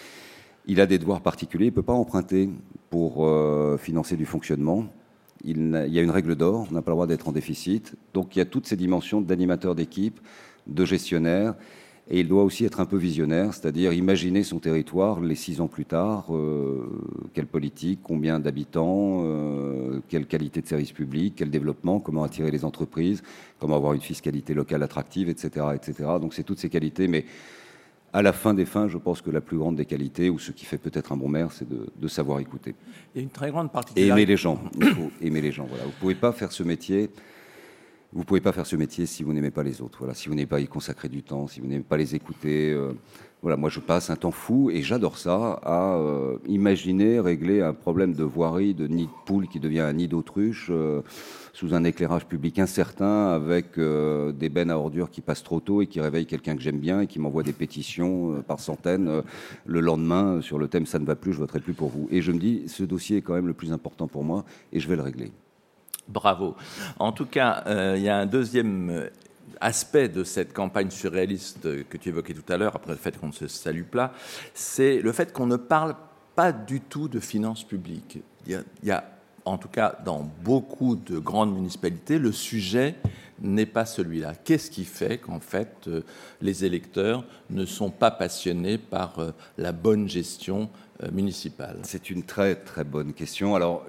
Il a des devoirs particuliers. Il ne peut pas emprunter pour euh, financer du fonctionnement. Il, il y a une règle d'or. On n'a pas le droit d'être en déficit. Donc, il y a toutes ces dimensions d'animateur d'équipe, de gestionnaire. Et il doit aussi être un peu visionnaire, c'est-à-dire imaginer son territoire les six ans plus tard, euh, quelle politique, combien d'habitants, euh, quelle qualité de service public, quel développement, comment attirer les entreprises, comment avoir une fiscalité locale attractive, et cetera, et cetera. Donc c'est toutes ces qualités, mais à la fin des fins, je pense que la plus grande des qualités, ou ce qui fait peut-être un bon maire, c'est de, de savoir écouter. Il y a une très grande Et particularité. aimer les gens. Il faut aimer les gens. Voilà. Vous ne pouvez pas faire ce métier. Vous ne pouvez pas faire ce métier si vous n'aimez pas les autres. Voilà, si vous n'aimez pas y consacrer du temps, si vous n'aimez pas les écouter. Euh, voilà, moi, je passe un temps fou et j'adore ça à euh, imaginer régler un problème de voirie, de nid de poule qui devient un nid d'autruche euh, sous un éclairage public incertain avec euh, des bennes à ordures qui passent trop tôt et qui réveillent quelqu'un que j'aime bien et qui m'envoie des pétitions euh, par centaines euh, le lendemain euh, sur le thème « ça ne va plus, je voterai plus pour vous ». Et je me dis, ce dossier est quand même le plus important pour moi et je vais le régler. Bravo. En tout cas, euh, il y a un deuxième aspect de cette campagne surréaliste que tu évoquais tout à l'heure, après le fait qu'on ne se salue pas, c'est le fait qu'on ne parle pas du tout de finances publiques. Il y a, il y a en tout cas, dans beaucoup de grandes municipalités, le sujet n'est pas celui-là. Qu'est-ce qui fait qu'en fait, euh, les électeurs ne sont pas passionnés par euh, la bonne gestion euh, municipale ? C'est une très, très bonne question. Alors,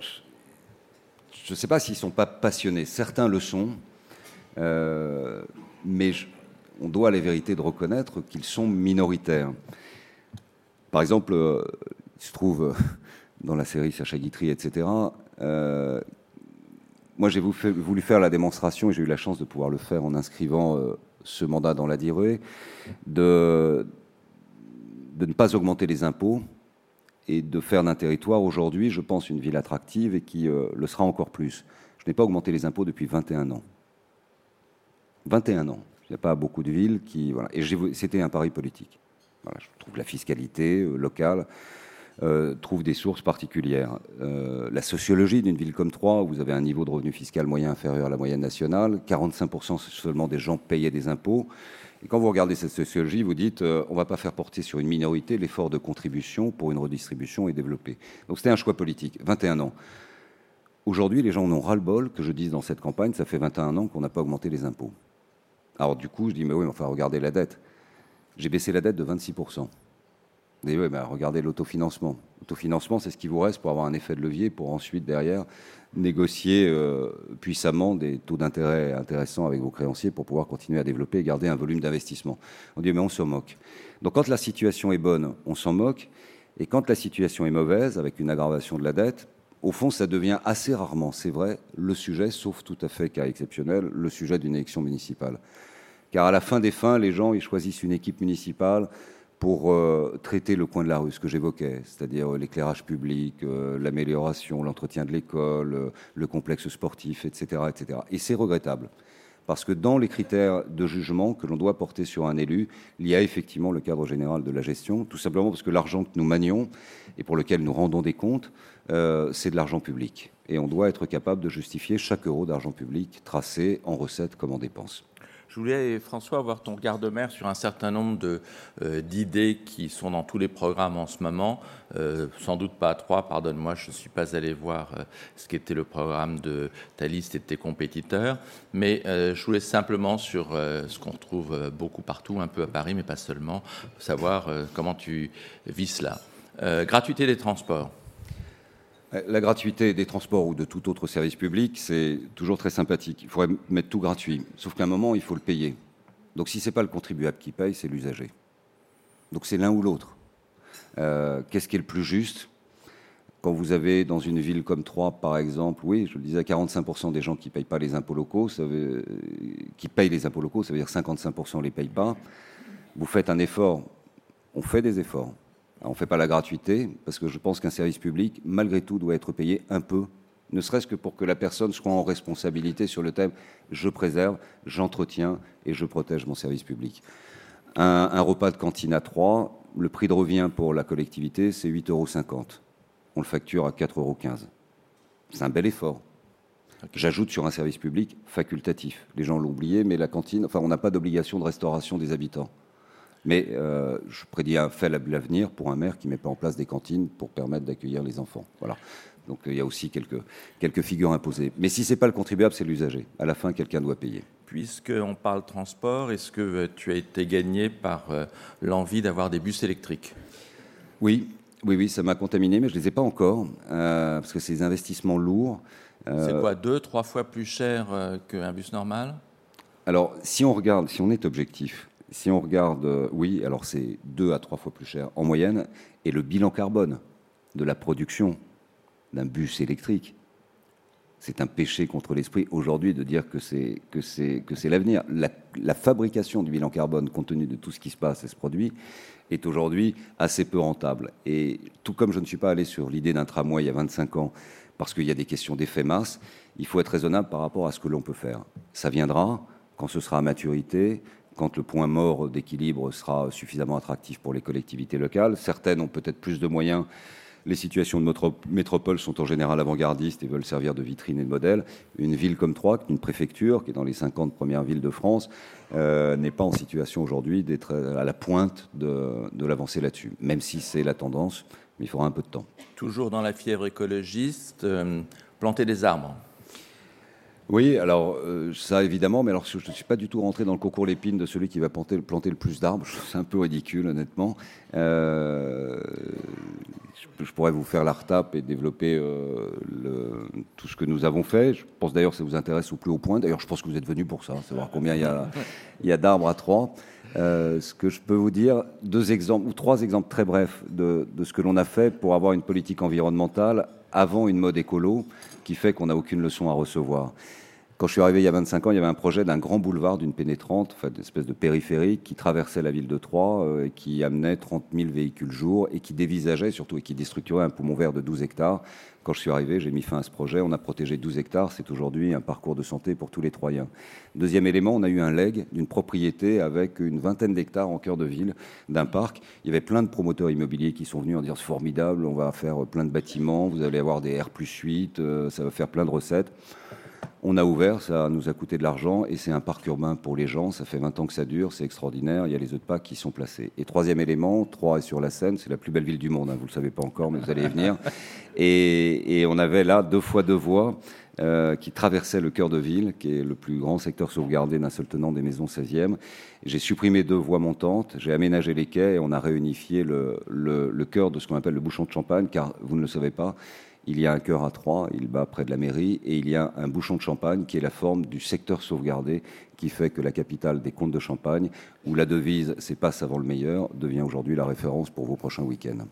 je ne sais pas s'ils ne sont pas passionnés. Certains le sont, euh, mais je, on doit à la vérité de reconnaître qu'ils sont minoritaires. Par exemple, euh, il se trouve euh, dans la série Sacha Guitry, et cetera. Euh, moi, j'ai voulu faire la démonstration, et j'ai eu la chance de pouvoir le faire en inscrivant euh, ce mandat dans la durée, de, de ne pas augmenter les impôts, et de faire d'un territoire aujourd'hui, je pense, une ville attractive et qui euh, le sera encore plus. Je n'ai pas augmenté les impôts depuis vingt et un ans. vingt et un ans. Il n'y a pas beaucoup de villes qui... Voilà. Et c'était un pari politique. Voilà, je trouve que la fiscalité euh, locale euh, trouve des sources particulières. Euh, la sociologie d'une ville comme Troyes, où vous avez un niveau de revenu fiscal moyen inférieur à la moyenne nationale, quarante-cinq pour cent seulement des gens payaient des impôts. Et quand vous regardez cette sociologie, vous dites euh, on ne va pas faire porter sur une minorité l'effort de contribution pour une redistribution et développer. Donc c'était un choix politique, vingt et un ans. Aujourd'hui, les gens en ont ras-le-bol que je dise dans cette campagne, ça fait vingt et un ans qu'on n'a pas augmenté les impôts. Alors du coup, je dis mais oui, mais enfin regardez la dette. J'ai baissé la dette de vingt-six pour cent. Vous dites oui, mais regardez l'autofinancement. L'autofinancement, c'est ce qui vous reste pour avoir un effet de levier, pour ensuite derrière négocier euh, puissamment des taux d'intérêt intéressants avec vos créanciers pour pouvoir continuer à développer et garder un volume d'investissement. On dit mais on s'en moque. Donc quand la situation est bonne, on s'en moque, et quand la situation est mauvaise, avec une aggravation de la dette, au fond, ça devient assez rarement, c'est vrai, le sujet, sauf tout à fait cas exceptionnel, le sujet d'une élection municipale. Car à la fin des fins, les gens ils choisissent une équipe municipale pour euh, traiter le coin de la rue, ce que j'évoquais, c'est-à-dire euh, l'éclairage public, euh, l'amélioration, l'entretien de l'école, euh, le complexe sportif, et cetera, et cetera. Et c'est regrettable, parce que dans les critères de jugement que l'on doit porter sur un élu, il y a effectivement le cadre général de la gestion, tout simplement parce que l'argent que nous manions et pour lequel nous rendons des comptes, euh, c'est de l'argent public. Et on doit être capable de justifier chaque euro d'argent public tracé en recettes comme en dépenses. Je voulais, François, avoir ton regard de maire sur un certain nombre de, euh, d'idées qui sont dans tous les programmes en ce moment. Euh, sans doute pas à Troyes, pardonne-moi, je ne suis pas allé voir euh, ce qu'était le programme de ta liste et de tes compétiteurs. Mais euh, je voulais simplement sur euh, ce qu'on retrouve beaucoup partout, un peu à Paris, mais pas seulement, savoir euh, comment tu vis cela. Euh, gratuité des transports. La gratuité des transports ou de tout autre service public, c'est toujours très sympathique. Il faudrait mettre tout gratuit. Sauf qu'à un moment, il faut le payer. Donc si ce n'est pas le contribuable qui paye, c'est l'usager. Donc c'est l'un ou l'autre. Euh, qu'est-ce qui est le plus juste ? Quand vous avez dans une ville comme Troyes, par exemple, oui, je le disais, quarante-cinq pour cent des gens qui ne payent pas les impôts locaux, ça veut, qui payent les impôts locaux, ça veut dire cinquante-cinq pour cent ne les payent pas. Vous faites un effort, on fait des efforts. On ne fait pas la gratuité, parce que je pense qu'un service public, malgré tout, doit être payé un peu, ne serait-ce que pour que la personne soit en responsabilité sur le thème « je préserve, j'entretiens et je protège mon service public ». Un, un repas de cantine à Troyes, le prix de revient pour la collectivité, c'est huit euros cinquante. On le facture à quatre euros quinze. C'est un bel effort. J'ajoute sur un service public facultatif. Les gens l'ont oublié, mais la cantine, enfin, on n'a pas d'obligation de restauration des habitants. Mais euh, je prédis un fait à l'avenir pour un maire qui ne met pas en place des cantines pour permettre d'accueillir les enfants. Voilà. Donc il y a aussi quelques, quelques figures imposées. Mais si ce n'est pas le contribuable, c'est l'usager. À la fin, quelqu'un doit payer. Puisqu'on parle transport, est-ce que tu as été gagné par euh, l'envie d'avoir des bus électriques ? Oui. Oui, oui, ça m'a contaminé, mais je ne les ai pas encore, euh, parce que c'est des investissements lourds. Euh, c'est quoi, deux, trois fois plus cher euh, qu'un bus normal ? Alors, si on regarde, si on est objectif, si on regarde, euh, oui, alors c'est deux à trois fois plus cher en moyenne, et le bilan carbone de la production d'un bus électrique, c'est un péché contre l'esprit aujourd'hui de dire que c'est, que c'est, que c'est l'avenir. La, la fabrication du bilan carbone, compte tenu de tout ce qui se passe et ce produit, est aujourd'hui assez peu rentable. Et tout comme je ne suis pas allé sur l'idée d'un tramway il y a vingt-cinq ans, parce qu'il y a des questions d'effet masse, il faut être raisonnable par rapport à ce que l'on peut faire. Ça viendra quand ce sera à maturité, quand le point mort d'équilibre sera suffisamment attractif pour les collectivités locales. Certaines ont peut-être plus de moyens. Les situations de notre métropole sont en général avant-gardistes et veulent servir de vitrine et de modèle. Une ville comme Troyes, une préfecture qui est dans les cinquante premières villes de France, euh, n'est pas en situation aujourd'hui d'être à la pointe de, de l'avancée là-dessus, même si c'est la tendance, mais il faudra un peu de temps. Toujours dans la fièvre écologiste, euh, planter des arbres. Oui, alors euh, ça évidemment, mais alors je ne suis pas du tout rentré dans le concours l'épine de celui qui va planter, planter le plus d'arbres. C'est un peu ridicule, honnêtement. Euh, je, je pourrais vous faire la retape et développer euh, le, tout ce que nous avons fait. Je pense d'ailleurs que ça vous intéresse au plus haut point. D'ailleurs, je pense que vous êtes venus pour ça, savoir combien il y a, il y a d'arbres à Troyes. Euh, ce que je peux vous dire, deux exemples ou trois exemples très brefs de, de ce que l'on a fait pour avoir une politique environnementale avant une mode écolo qui fait qu'on n'a aucune leçon à recevoir. Quand je suis arrivé il y a vingt-cinq ans, il y avait un projet d'un grand boulevard, d'une pénétrante, enfin, d'une espèce de périphérique qui traversait la ville de Troyes, euh, qui amenait trente mille véhicules jour et qui dévisageait surtout et qui déstructurait un poumon vert de douze hectares. Quand je suis arrivé, j'ai mis fin à ce projet. On a protégé douze hectares. C'est aujourd'hui un parcours de santé pour tous les Troyens. Deuxième élément, on a eu un legs d'une propriété avec une vingtaine d'hectares en cœur de ville, d'un parc. Il y avait plein de promoteurs immobiliers qui sont venus en disant « c'est formidable, on va faire plein de bâtiments, vous allez avoir des R plus huit, euh, ça va faire plein de recettes ». On a ouvert, ça nous a coûté de l'argent et c'est un parc urbain pour les gens. Ça fait vingt ans que ça dure, c'est extraordinaire. Il y a les œufs de Pâques qui sont placés. Et troisième élément, Troyes est sur la Seine, c'est la plus belle ville du monde. Hein, vous ne le savez pas encore, mais vous allez y venir. Et, et on avait là deux fois deux voies euh, qui traversaient le cœur de ville, qui est le plus grand secteur sauvegardé d'un seul tenant des maisons seizième. J'ai supprimé deux voies montantes, j'ai aménagé les quais et on a réunifié le, le, le cœur de ce qu'on appelle le bouchon de Champagne, car vous ne le savez pas, il y a un cœur à Troyes, il bat près de la mairie, et il y a un bouchon de Champagne qui est la forme du secteur sauvegardé, qui fait que la capitale des comtes de Champagne, où la devise « c'est passe avant le meilleur », devient aujourd'hui la référence pour vos prochains week-ends.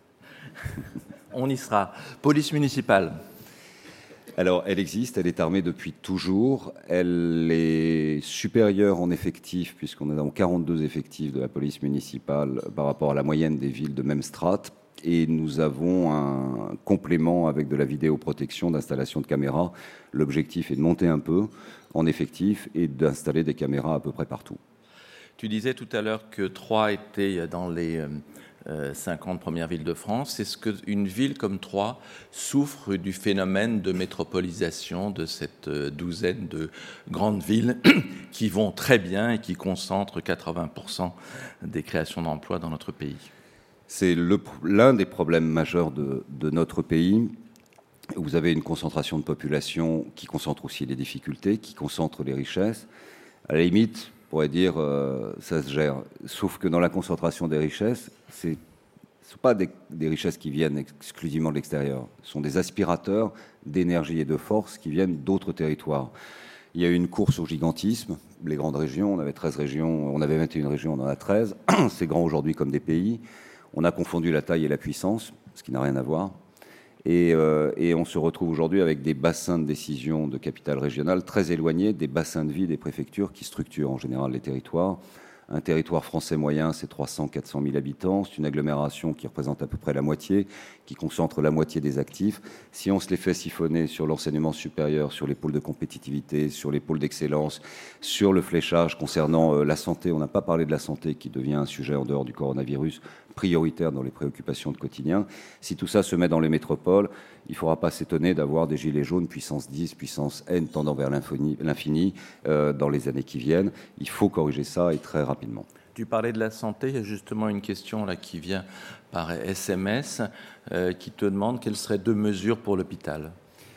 On y sera. Police municipale. Alors, elle existe, elle est armée depuis toujours. Elle est supérieure en effectifs, puisqu'on est dans quarante-deux effectifs de la police municipale par rapport à la moyenne des villes de même strate. Et nous avons un complément avec de la vidéoprotection, d'installation de caméras. L'objectif est de monter un peu en effectif et d'installer des caméras à peu près partout. Tu disais tout à l'heure que Troyes était dans les euh, cinquante premières villes de France. Est-ce qu'une ville comme Troyes souffre du phénomène de métropolisation de cette douzaine de grandes villes qui vont très bien et qui concentrent quatre-vingts pour cent des créations d'emplois dans notre pays ? C'est le, l'un des problèmes majeurs de, de notre pays. Vous avez une concentration de population qui concentre aussi les difficultés, qui concentre les richesses. À la limite, on pourrait dire euh, ça se gère. Sauf que dans la concentration des richesses, ce ne sont pas des, des richesses qui viennent exclusivement de l'extérieur. Ce sont des aspirateurs d'énergie et de force qui viennent d'autres territoires. Il y a eu une course au gigantisme. Les grandes régions, on avait treize régions, on avait vingt et une régions, on en a treize. C'est grand aujourd'hui comme des pays. On a confondu la taille et la puissance, ce qui n'a rien à voir. Et, euh, et on se retrouve aujourd'hui avec des bassins de décision de capital régional très éloignés des bassins de vie des préfectures qui structurent en général les territoires. Un territoire français moyen, c'est trois cents à quatre cent mille habitants. C'est une agglomération qui représente à peu près la moitié, qui concentre la moitié des actifs. Si on se les fait siphonner sur l'enseignement supérieur, sur les pôles de compétitivité, sur les pôles d'excellence, sur le fléchage concernant euh, la santé, on n'a pas parlé de la santé qui devient un sujet en dehors du coronavirus prioritaire dans les préoccupations de quotidien. Si tout ça se met dans les métropoles, il ne faudra pas s'étonner d'avoir des gilets jaunes puissance dix, puissance N tendant vers l'infini euh, dans les années qui viennent. Il faut corriger ça et très rapidement. Tu parlais de la santé, il y a justement une question là qui vient par S M S euh, qui te demande quelles seraient deux mesures pour l'hôpital.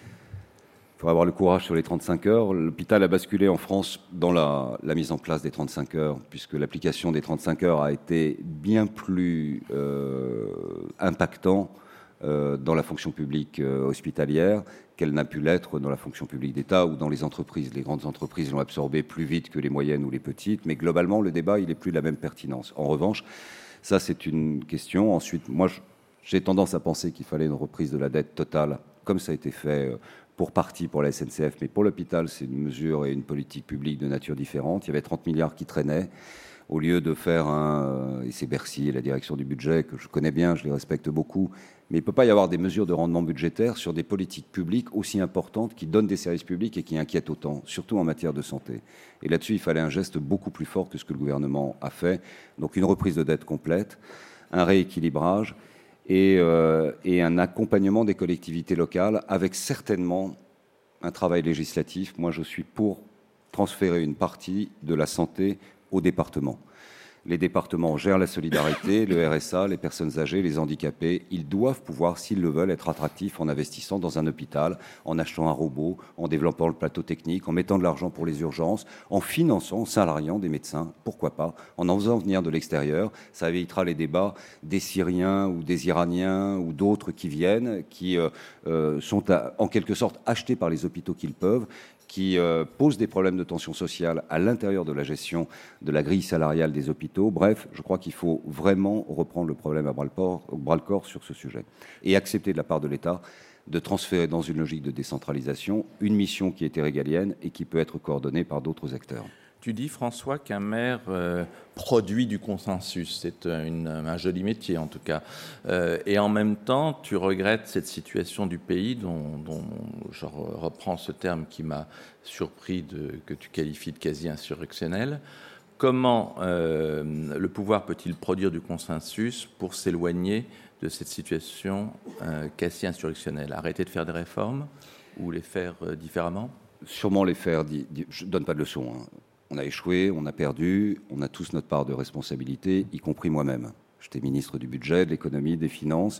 Il faudra avoir le courage sur les trente-cinq heures. L'hôpital a basculé en France dans la, la mise en place des trente-cinq heures, puisque l'application des trente-cinq heures a été bien plus euh, impactant euh, dans la fonction publique euh, hospitalière qu'elle n'a pu l'être dans la fonction publique d'État ou dans les entreprises. Les grandes entreprises l'ont absorbé plus vite que les moyennes ou les petites, mais globalement, le débat, il n'est plus de la même pertinence. En revanche, ça, c'est une question. Ensuite, moi, j'ai tendance à penser qu'il fallait une reprise de la dette totale, comme ça a été fait euh, pour partie pour la S N C F, mais pour l'hôpital, c'est une mesure et une politique publique de nature différente. Il y avait trente milliards qui traînaient. Au lieu de faire un... Et c'est Bercy et la direction du budget, que je connais bien, je les respecte beaucoup, mais il ne peut pas y avoir des mesures de rendement budgétaire sur des politiques publiques aussi importantes qui donnent des services publics et qui inquiètent autant, surtout en matière de santé. Et là-dessus, il fallait un geste beaucoup plus fort que ce que le gouvernement a fait. Donc une reprise de dette complète, un rééquilibrage, Et, euh, et un accompagnement des collectivités locales avec certainement un travail législatif. Moi, je suis pour transférer une partie de la santé aux départements. Les départements gèrent la solidarité, le R S A, les personnes âgées, les handicapés. Ils doivent pouvoir, s'ils le veulent, être attractifs en investissant dans un hôpital, en achetant un robot, en développant le plateau technique, en mettant de l'argent pour les urgences, en finançant, en salariant des médecins, pourquoi pas, en en faisant venir de l'extérieur. Ça évitera les débats des Syriens ou des Iraniens ou d'autres qui viennent, qui euh, euh, sont à, en quelque sorte achetés par les hôpitaux qu'ils peuvent, qui euh, posent des problèmes de tension sociale à l'intérieur de la gestion de la grille salariale des hôpitaux. Bref, je crois qu'il faut vraiment reprendre le problème à bras-le-corps sur ce sujet et accepter de la part de l'État de transférer dans une logique de décentralisation une mission qui était régalienne et qui peut être coordonnée par d'autres acteurs. Tu dis, François, qu'un maire euh, produit du consensus. C'est une, un joli métier, en tout cas. Euh, et en même temps, tu regrettes cette situation du pays dont, dont je reprends ce terme qui m'a surpris, de, que tu qualifies de quasi-insurrectionnel. Comment euh, le pouvoir peut-il produire du consensus pour s'éloigner de cette situation euh, quasi-insurrectionnelle? Arrêter de faire des réformes ou les faire euh, différemment? Sûrement les faire... Di- di- je ne donne pas de leçons, hein. On a échoué, on a perdu, on a tous notre part de responsabilité, y compris moi-même. J'étais ministre du budget, de l'économie, des finances.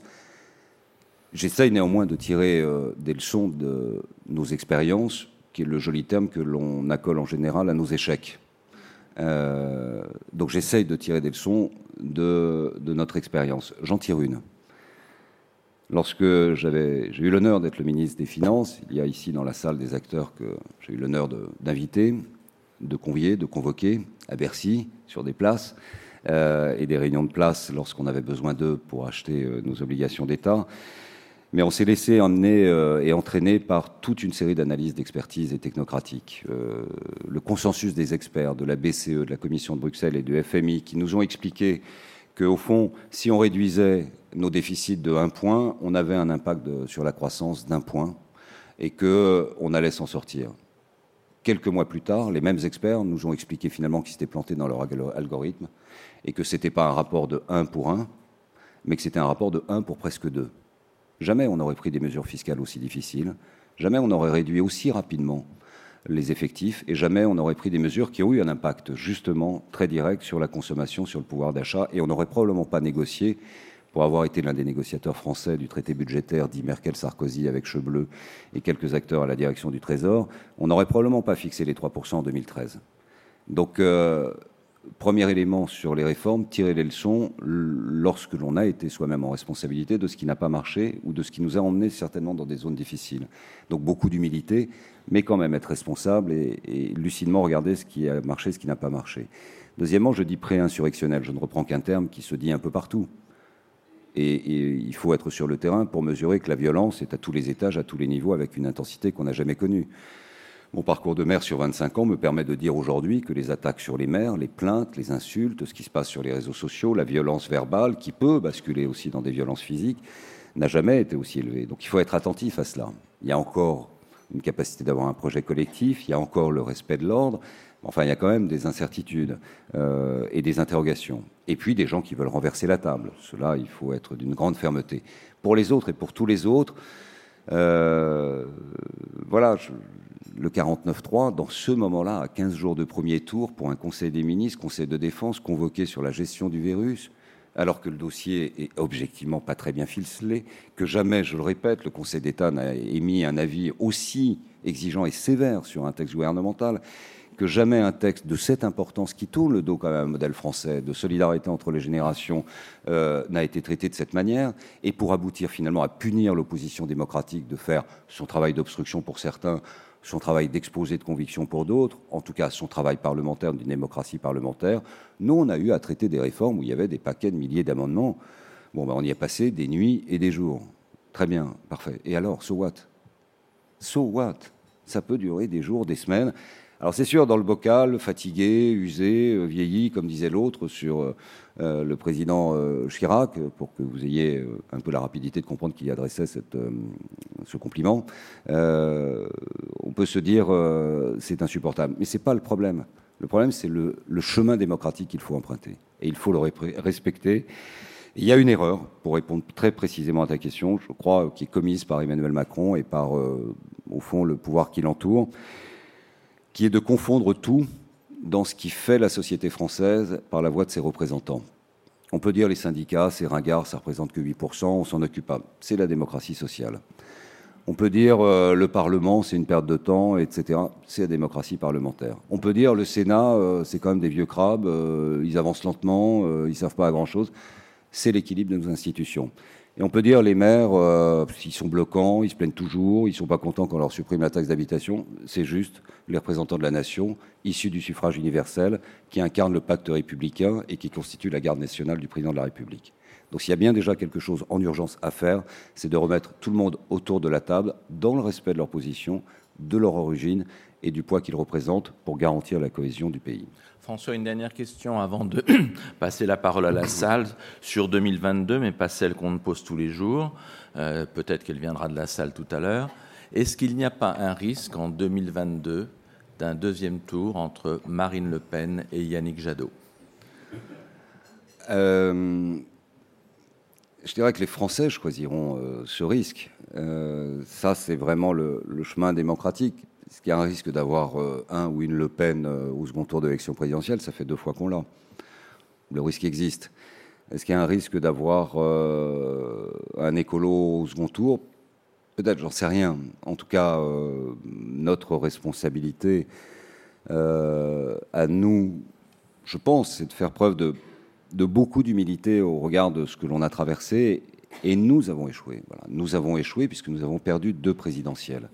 J'essaye néanmoins de tirer euh, des leçons de nos expériences, qui est le joli terme que l'on accole en général à nos échecs. Euh, donc j'essaye de tirer des leçons de, de notre expérience. J'en tire une. Lorsque j'avais, j'ai eu l'honneur d'être le ministre des Finances, il y a ici dans la salle des acteurs que j'ai eu l'honneur de, d'inviter, de convier, de convoquer à Bercy sur des places euh, et des réunions de place lorsqu'on avait besoin d'eux pour acheter euh, nos obligations d'État. Mais on s'est laissé emmener euh, et entraîner par toute une série d'analyses, d'expertises et technocratiques. Euh, le consensus des experts de la B C E, de la Commission de Bruxelles et du F M I qui nous ont expliqué qu'au fond, si on réduisait nos déficits de un point, on avait un impact de, sur la croissance d'un point et qu'on allait s'en sortir. Quelques mois plus tard, les mêmes experts nous ont expliqué finalement qu'ils s'étaient plantés dans leur algorithme et que ce n'était pas un rapport de un pour un, mais que c'était un rapport de un pour presque deux. Jamais on n'aurait pris des mesures fiscales aussi difficiles, jamais on n'aurait réduit aussi rapidement les effectifs et jamais on n'aurait pris des mesures qui ont eu un impact justement très direct sur la consommation, sur le pouvoir d'achat, et on n'aurait probablement pas négocié, pour avoir été l'un des négociateurs français du traité budgétaire dit Merkel-Sarkozy avec Cheveux et quelques acteurs à la direction du Trésor, on n'aurait probablement pas fixé les trois pour cent en deux mille treize. Donc, euh, premier élément sur les réformes, tirer les leçons lorsque l'on a été soi-même en responsabilité de ce qui n'a pas marché ou de ce qui nous a emmenés certainement dans des zones difficiles. Donc beaucoup d'humilité, mais quand même être responsable et, et lucidement regarder ce qui a marché, ce qui n'a pas marché. Deuxièmement, je dis pré-insurrectionnel. Je ne reprends qu'un terme qui se dit un peu partout. Et, et il faut être sur le terrain pour mesurer que la violence est à tous les étages, à tous les niveaux, avec une intensité qu'on n'a jamais connue. Mon parcours de maire sur vingt-cinq ans me permet de dire aujourd'hui que les attaques sur les maires, les plaintes, les insultes, ce qui se passe sur les réseaux sociaux, la violence verbale, qui peut basculer aussi dans des violences physiques, n'a jamais été aussi élevée. Donc il faut être attentif à cela. Il y a encore une capacité d'avoir un projet collectif, il y a encore le respect de l'ordre. Enfin, il y a quand même des incertitudes euh, et des interrogations. Et puis, des gens qui veulent renverser la table. Cela, il faut être d'une grande fermeté. Pour les autres et pour tous les autres, euh, voilà, je, le quarante-neuf trois, dans ce moment-là, à quinze jours de premier tour, pour un Conseil des ministres, Conseil de défense, convoqué sur la gestion du virus, alors que le dossier est objectivement pas très bien ficelé, que jamais, je le répète, le Conseil d'État n'a émis un avis aussi exigeant et sévère sur un texte gouvernemental, que jamais un texte de cette importance, qui tourne le dos quand même à un modèle français de solidarité entre les générations, euh, n'a été traité de cette manière, et pour aboutir finalement à punir l'opposition démocratique de faire son travail d'obstruction pour certains, son travail d'exposé de conviction pour d'autres, en tout cas son travail parlementaire d'une démocratie parlementaire. Nous, on a eu à traiter des réformes où il y avait des paquets de milliers d'amendements. Bon, ben, on y a passé des nuits et des jours. Très bien, parfait. Et alors, so what? So what? Ça peut durer des jours, des semaines. Alors c'est sûr, dans le bocal, fatigué, usé, euh, vieilli, comme disait l'autre, sur euh, le président euh, Chirac, pour que vous ayez euh, un peu la rapidité de comprendre qu'il y adressait cette, euh, ce compliment, euh, on peut se dire euh, c'est insupportable. Mais c'est pas le problème. Le problème, c'est le, le chemin démocratique qu'il faut emprunter. Et il faut le ré- respecter. Il y a une erreur, pour répondre très précisément à ta question, je crois, qui est commise par Emmanuel Macron et par, euh, au fond, le pouvoir qui l'entoure, qui est de confondre tout dans ce qui fait la société française par la voix de ses représentants. On peut dire les syndicats, c'est ringard, ça représente que huit pour cent, on s'en occupe pas. C'est la démocratie sociale. On peut dire euh, le Parlement, c'est une perte de temps, et cetera. C'est la démocratie parlementaire. On peut dire le Sénat, euh, c'est quand même des vieux crabes, euh, ils avancent lentement, euh, ils savent pas à grand-chose. C'est l'équilibre de nos institutions. Et on peut dire les maires, euh, ils sont bloquants, ils se plaignent toujours, ils ne sont pas contents qu'on leur supprime la taxe d'habitation. C'est juste les représentants de la nation, issus du suffrage universel, qui incarnent le pacte républicain et qui constituent la garde nationale du président de la République. Donc s'il y a bien déjà quelque chose en urgence à faire, c'est de remettre tout le monde autour de la table, dans le respect de leur position, de leur origine et du poids qu'ils représentent pour garantir la cohésion du pays. François, une dernière question avant de passer la parole à la salle sur deux mille vingt-deux, mais pas celle qu'on pose tous les jours. Euh, peut-être qu'elle viendra de la salle tout à l'heure. Est-ce qu'il n'y a pas un risque en deux mille vingt-deux d'un deuxième tour entre Marine Le Pen et Yannick Jadot ? euh, Je dirais que les Français choisiront euh, ce risque. Euh, ça, c'est vraiment le, le chemin démocratique. Est-ce qu'il y a un risque d'avoir euh, un ou une Le Pen euh, au second tour de l'élection présidentielle? Ça fait deux fois qu'on l'a. Le risque existe. Est-ce qu'il y a un risque d'avoir euh, un écolo au second tour? Peut-être, j'en sais rien. En tout cas, euh, notre responsabilité euh, à nous, je pense, c'est de faire preuve de, de beaucoup d'humilité au regard de ce que l'on a traversé. Et nous avons échoué. Voilà. Nous avons échoué puisque nous avons perdu deux présidentielles.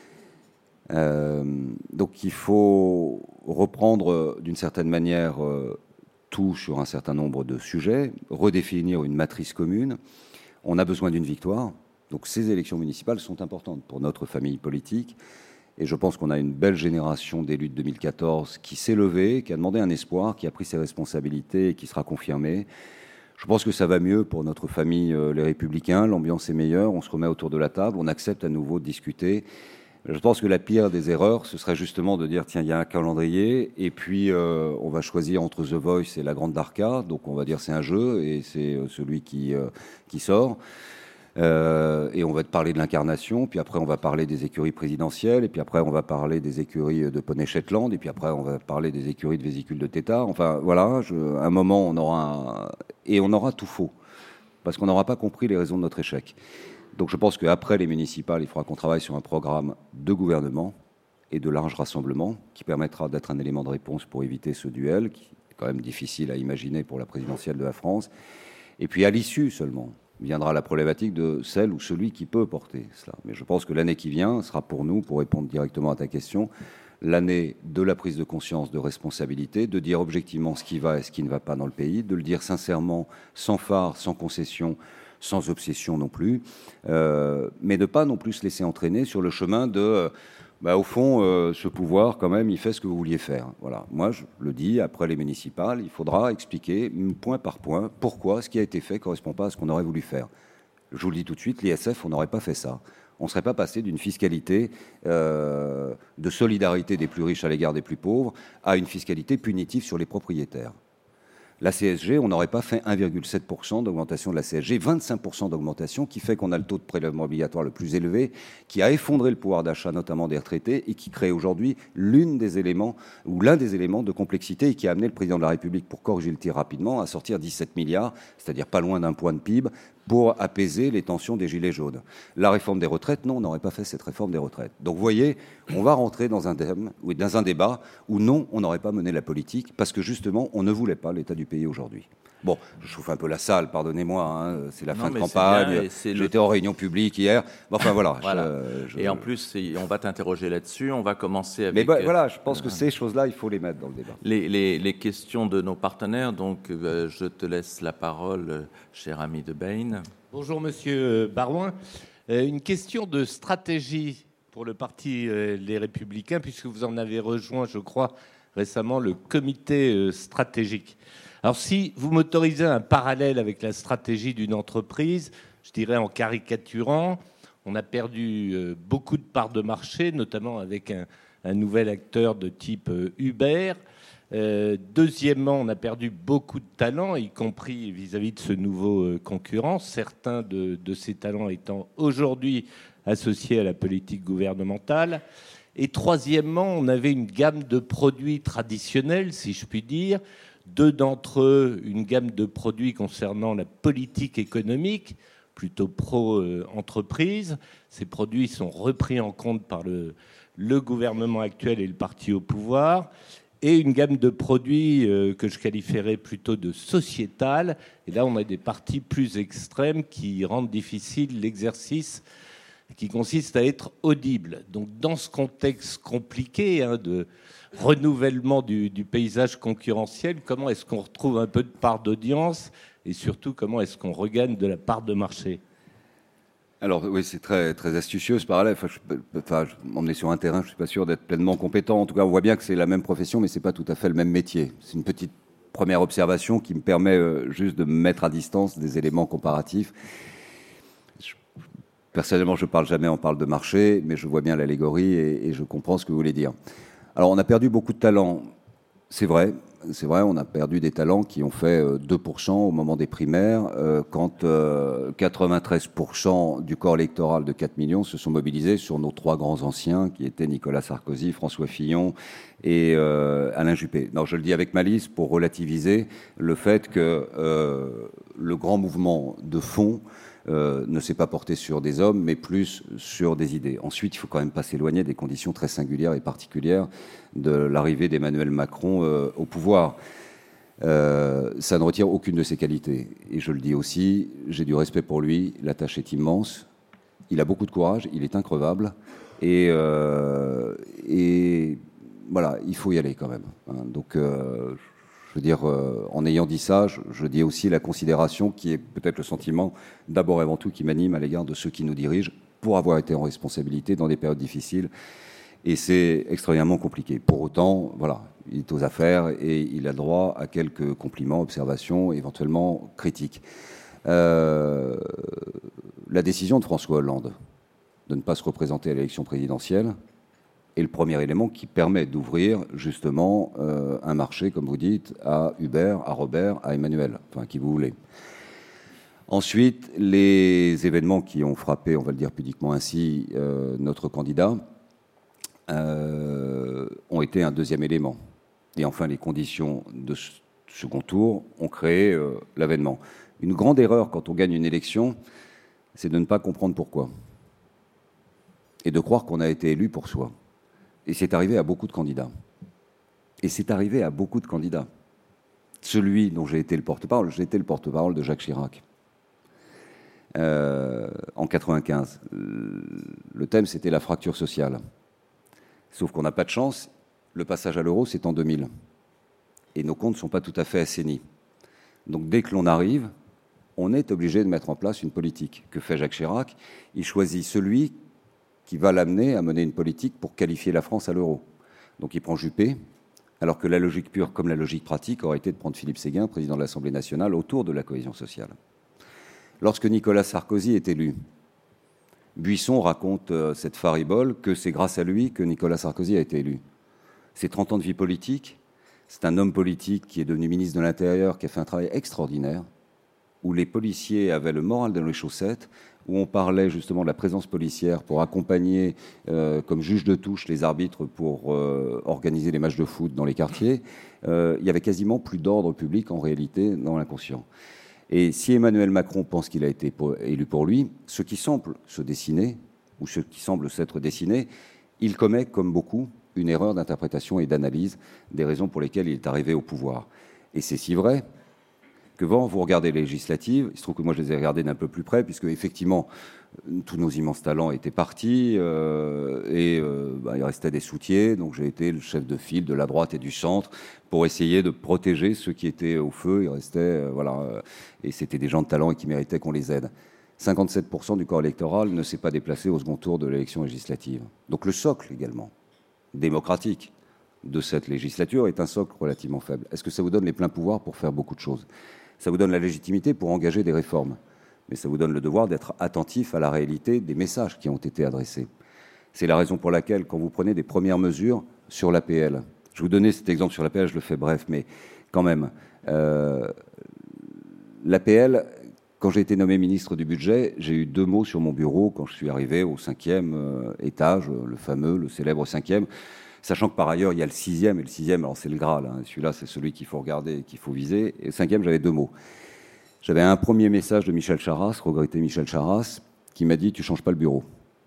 Euh, donc il faut reprendre d'une certaine manière euh, tout sur un certain nombre de sujets, redéfinir une matrice commune. On a besoin d'une victoire, donc ces élections municipales sont importantes pour notre famille politique, et je pense qu'on a une belle génération d'élus de deux mille quatorze qui s'est levée, qui a demandé un espoir, qui a pris ses responsabilités et qui sera confirmé. Je pense que ça va mieux pour notre famille, euh, les Républicains, l'ambiance est meilleure, on se remet autour de la table, on accepte à nouveau de discuter. Je pense que la pire des erreurs, ce serait justement de dire, tiens, il y a un calendrier, et puis euh, on va choisir entre The Voice et La Grande Darka, donc on va dire c'est un jeu, et c'est euh, celui qui, euh, qui sort. Euh, et on va te parler de l'incarnation, puis après on va parler des écuries présidentielles, et puis après on va parler des écuries de poney Shetland, et puis après on va parler des écuries de vésicules de tétard. Enfin voilà, je, à un moment on aura... Un... Et on aura tout faux, parce qu'on n'aura pas compris les raisons de notre échec. Donc je pense qu'après les municipales, il faudra qu'on travaille sur un programme de gouvernement et de large rassemblement qui permettra d'être un élément de réponse pour éviter ce duel, qui est quand même difficile à imaginer pour la présidentielle de la France. Et puis à l'issue seulement viendra la problématique de celle ou celui qui peut porter cela. Mais je pense que l'année qui vient sera pour nous, pour répondre directement à ta question, l'année de la prise de conscience de responsabilité, de dire objectivement ce qui va et ce qui ne va pas dans le pays, de le dire sincèrement, sans phare, sans concession, sans obsession non plus, euh, mais ne pas non plus se laisser entraîner sur le chemin de... Euh, bah, au fond, euh, ce pouvoir, quand même, il fait ce que vous vouliez faire. Voilà. Moi, je le dis, après les municipales, il faudra expliquer, point par point, pourquoi ce qui a été fait ne correspond pas à ce qu'on aurait voulu faire. Je vous le dis tout de suite, l'I S F, on n'aurait pas fait ça. On ne serait pas passé d'une fiscalité euh, de solidarité des plus riches à l'égard des plus pauvres à une fiscalité punitive sur les propriétaires. La C S G, on n'aurait pas fait un virgule sept pour cent d'augmentation de la C S G, vingt-cinq pour cent d'augmentation, qui fait qu'on a le taux de prélèvement obligatoire le plus élevé, qui a effondré le pouvoir d'achat notamment des retraités et qui crée aujourd'hui l'une des éléments ou l'un des éléments de complexité et qui a amené le président de la République, pour corriger le tir rapidement, à sortir dix-sept milliards, c'est-à-dire pas loin d'un point de P I B, pour apaiser les tensions des gilets jaunes. La réforme des retraites, non, on n'aurait pas fait cette réforme des retraites. Donc vous voyez, on va rentrer dans un, thème, oui, dans un débat où non, on n'aurait pas mené la politique parce que justement, on ne voulait pas l'état du pays aujourd'hui. Bon, je chauffe un peu la salle, pardonnez-moi, hein, c'est la non, fin de campagne, j'étais le... en réunion publique hier, enfin voilà. voilà. Je, je... Et en plus, on va t'interroger là-dessus, on va commencer avec... Mais bah, voilà, je pense euh, que ces choses-là, il faut les mettre dans le débat. Les, les, les questions de nos partenaires, donc euh, je te laisse la parole, cher ami de Bain. Bonjour Monsieur Barouin. Euh, une question de stratégie pour le parti euh, Les Républicains, puisque vous en avez rejoint, je crois, récemment le comité euh, stratégique. Alors si vous m'autorisez un parallèle avec la stratégie d'une entreprise, je dirais en caricaturant, on a perdu euh, beaucoup de parts de marché, notamment avec un, un nouvel acteur de type euh, Uber. Euh, deuxièmement, on a perdu beaucoup de talents, y compris vis-à-vis de ce nouveau euh, concurrent, certains de, de ces talents étant aujourd'hui associés à la politique gouvernementale. Et troisièmement, on avait une gamme de produits traditionnels, si je puis dire, deux d'entre eux, une gamme de produits concernant la politique économique, plutôt pro-entreprise. Ces produits sont repris en compte par le, le gouvernement actuel et le parti au pouvoir. Et une gamme de produits euh, que je qualifierais plutôt de sociétale. Et là, on a des parties plus extrêmes qui rendent difficile l'exercice qui consiste à être audible. Donc, dans ce contexte compliqué hein, de renouvellement du, du paysage concurrentiel, comment est-ce qu'on retrouve un peu de part d'audience et surtout, comment est-ce qu'on regagne de la part de marché ? Alors oui, c'est très, très astucieux ce parallèle. Enfin, je, enfin, on est sur un terrain, je ne suis pas sûr d'être pleinement compétent. En tout cas, on voit bien que c'est la même profession, mais ce n'est pas tout à fait le même métier. C'est une petite première observation qui me permet euh, juste de me mettre à distance des éléments comparatifs. Je, personnellement, je ne parle jamais, on parle de marché, mais je vois bien l'allégorie et, et je comprends ce que vous voulez dire. Alors, on a perdu beaucoup de talents, c'est vrai. C'est vrai, on a perdu des talents qui ont fait deux pour cent au moment des primaires, euh, quand euh, quatre-vingt-treize pour cent du corps électoral de quatre millions se sont mobilisés sur nos trois grands anciens, qui étaient Nicolas Sarkozy, François Fillon et euh, Alain Juppé. Non, je le dis avec malice pour relativiser le fait que euh, le grand mouvement de fond Euh, ne s'est pas porté sur des hommes, mais plus sur des idées. Ensuite, il ne faut quand même pas s'éloigner des conditions très singulières et particulières de l'arrivée d'Emmanuel Macron euh, au pouvoir. Euh, ça ne retire aucune de ses qualités. Et je le dis aussi, j'ai du respect pour lui, la tâche est immense, il a beaucoup de courage, il est increvable, et, euh, et voilà, il faut y aller quand même. Hein. Donc, euh, je veux dire, euh, en ayant dit ça, je, je dis aussi la considération qui est peut-être le sentiment, d'abord et avant tout, qui m'anime à l'égard de ceux qui nous dirigent pour avoir été en responsabilité dans des périodes difficiles. Et c'est extrêmement compliqué. Pour autant, voilà, il est aux affaires et il a droit à quelques compliments, observations, éventuellement critiques. Euh, la décision de François Hollande de ne pas se représenter à l'élection présidentielle est le premier élément qui permet d'ouvrir justement euh, un marché, comme vous dites, à Hubert, à Robert, à Emmanuel, enfin qui vous voulez. Ensuite, les événements qui ont frappé, on va le dire pudiquement ainsi, euh, notre candidat euh, ont été un deuxième élément. Et enfin, les conditions de ce second tour ont créé euh, l'avènement. Une grande erreur quand on gagne une élection, c'est de ne pas comprendre pourquoi. Et de croire qu'on a été élu pour soi. Et c'est arrivé à beaucoup de candidats. Et c'est arrivé à beaucoup de candidats. Celui dont j'ai été le porte-parole, j'ai été le porte-parole de Jacques Chirac. Euh, en quatre-vingt-quinze. Le thème, c'était la fracture sociale. Sauf qu'on n'a pas de chance, le passage à l'euro, c'est en deux mille. Et nos comptes ne sont pas tout à fait assainis. Donc dès que l'on arrive, on est obligé de mettre en place une politique. Que fait Jacques Chirac? Il choisit celui qui va l'amener à mener une politique pour qualifier la France à l'euro. Donc il prend Juppé, alors que la logique pure comme la logique pratique aurait été de prendre Philippe Séguin, président de l'Assemblée nationale, autour de la cohésion sociale. Lorsque Nicolas Sarkozy est élu, Buisson raconte euh, cette faribole que c'est grâce à lui que Nicolas Sarkozy a été élu. C'est trente ans de vie politique, c'est un homme politique qui est devenu ministre de l'Intérieur, qui a fait un travail extraordinaire, où les policiers avaient le moral dans les chaussettes, où on parlait justement de la présence policière pour accompagner, euh, comme juge de touche, les arbitres pour euh, organiser les matchs de foot dans les quartiers. Euh, il y avait quasiment plus d'ordre public, en réalité, dans l'inconscient. Et si Emmanuel Macron pense qu'il a été élu pour lui, ce qui semble se dessiner, ou ce qui semble s'être dessiné, il commet, comme beaucoup, une erreur d'interprétation et d'analyse des raisons pour lesquelles il est arrivé au pouvoir. Et c'est si vrai que quand vous regardez les législatives, il se trouve que moi je les ai regardées d'un peu plus près, puisque effectivement tous nos immenses talents étaient partis euh, et euh, bah, il restait des soutiers, donc j'ai été le chef de file de la droite et du centre pour essayer de protéger ceux qui étaient au feu. Il restait, euh, voilà, euh, et c'était des gens de talent et qui méritaient qu'on les aide. cinquante-sept pour cent du corps électoral ne s'est pas déplacé au second tour de l'élection législative. Donc le socle également démocratique de cette législature est un socle relativement faible. Est-ce que ça vous donne les pleins pouvoirs pour faire beaucoup de choses? Ça vous donne la légitimité pour engager des réformes, mais ça vous donne le devoir d'être attentif à la réalité des messages qui ont été adressés. C'est la raison pour laquelle, quand vous prenez des premières mesures sur l'A P L, je vous donnais cet exemple sur l'A P L, je le fais bref, mais quand même, euh, l'A P L, quand j'ai été nommé ministre du Budget, j'ai eu deux mots sur mon bureau quand je suis arrivé au cinquième euh, étage, le fameux, le célèbre cinquième, sachant que par ailleurs, il y a le sixième, et le sixième, alors c'est le Graal, hein, celui-là, c'est celui qu'il faut regarder, qu'il faut viser, et le cinquième, j'avais deux mots. J'avais un premier message de Michel Charasse, regretté Michel Charasse, qui m'a dit « tu changes pas le bureau ».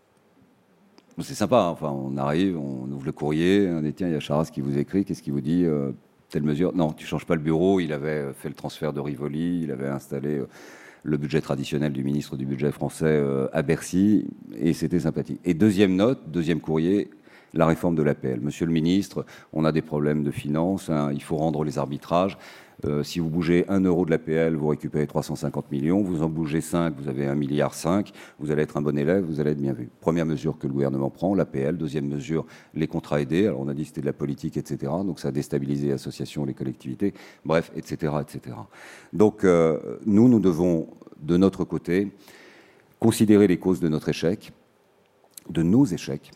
C'est sympa, hein, enfin, on arrive, on ouvre le courrier, on dit « tiens, il y a Charasse qui vous écrit, qu'est-ce qu'il vous dit euh, telle mesure ?» Non, tu changes pas le bureau, il avait fait le transfert de Rivoli, il avait installé euh, le budget traditionnel du ministre du budget français euh, à Bercy, et c'était sympathique. Et deuxième note, deuxième courrier, la réforme de l'A P L. Monsieur le ministre, on a des problèmes de finances, hein, il faut rendre les arbitrages. Euh, si vous bougez un euro de l'A P L, vous récupérez trois cent cinquante millions. Vous en bougez cinq, vous avez un milliard cinq. Vous allez être un bon élève, vous allez être bien vu. Première mesure que le gouvernement prend, l'A P L. Deuxième mesure, les contrats aidés. Alors on a dit que c'était de la politique, et cetera. Donc ça a déstabilisé les associations, les collectivités. Bref, et cetera, et cetera. Donc euh, nous, nous devons, de notre côté, considérer les causes de notre échec, de nos échecs.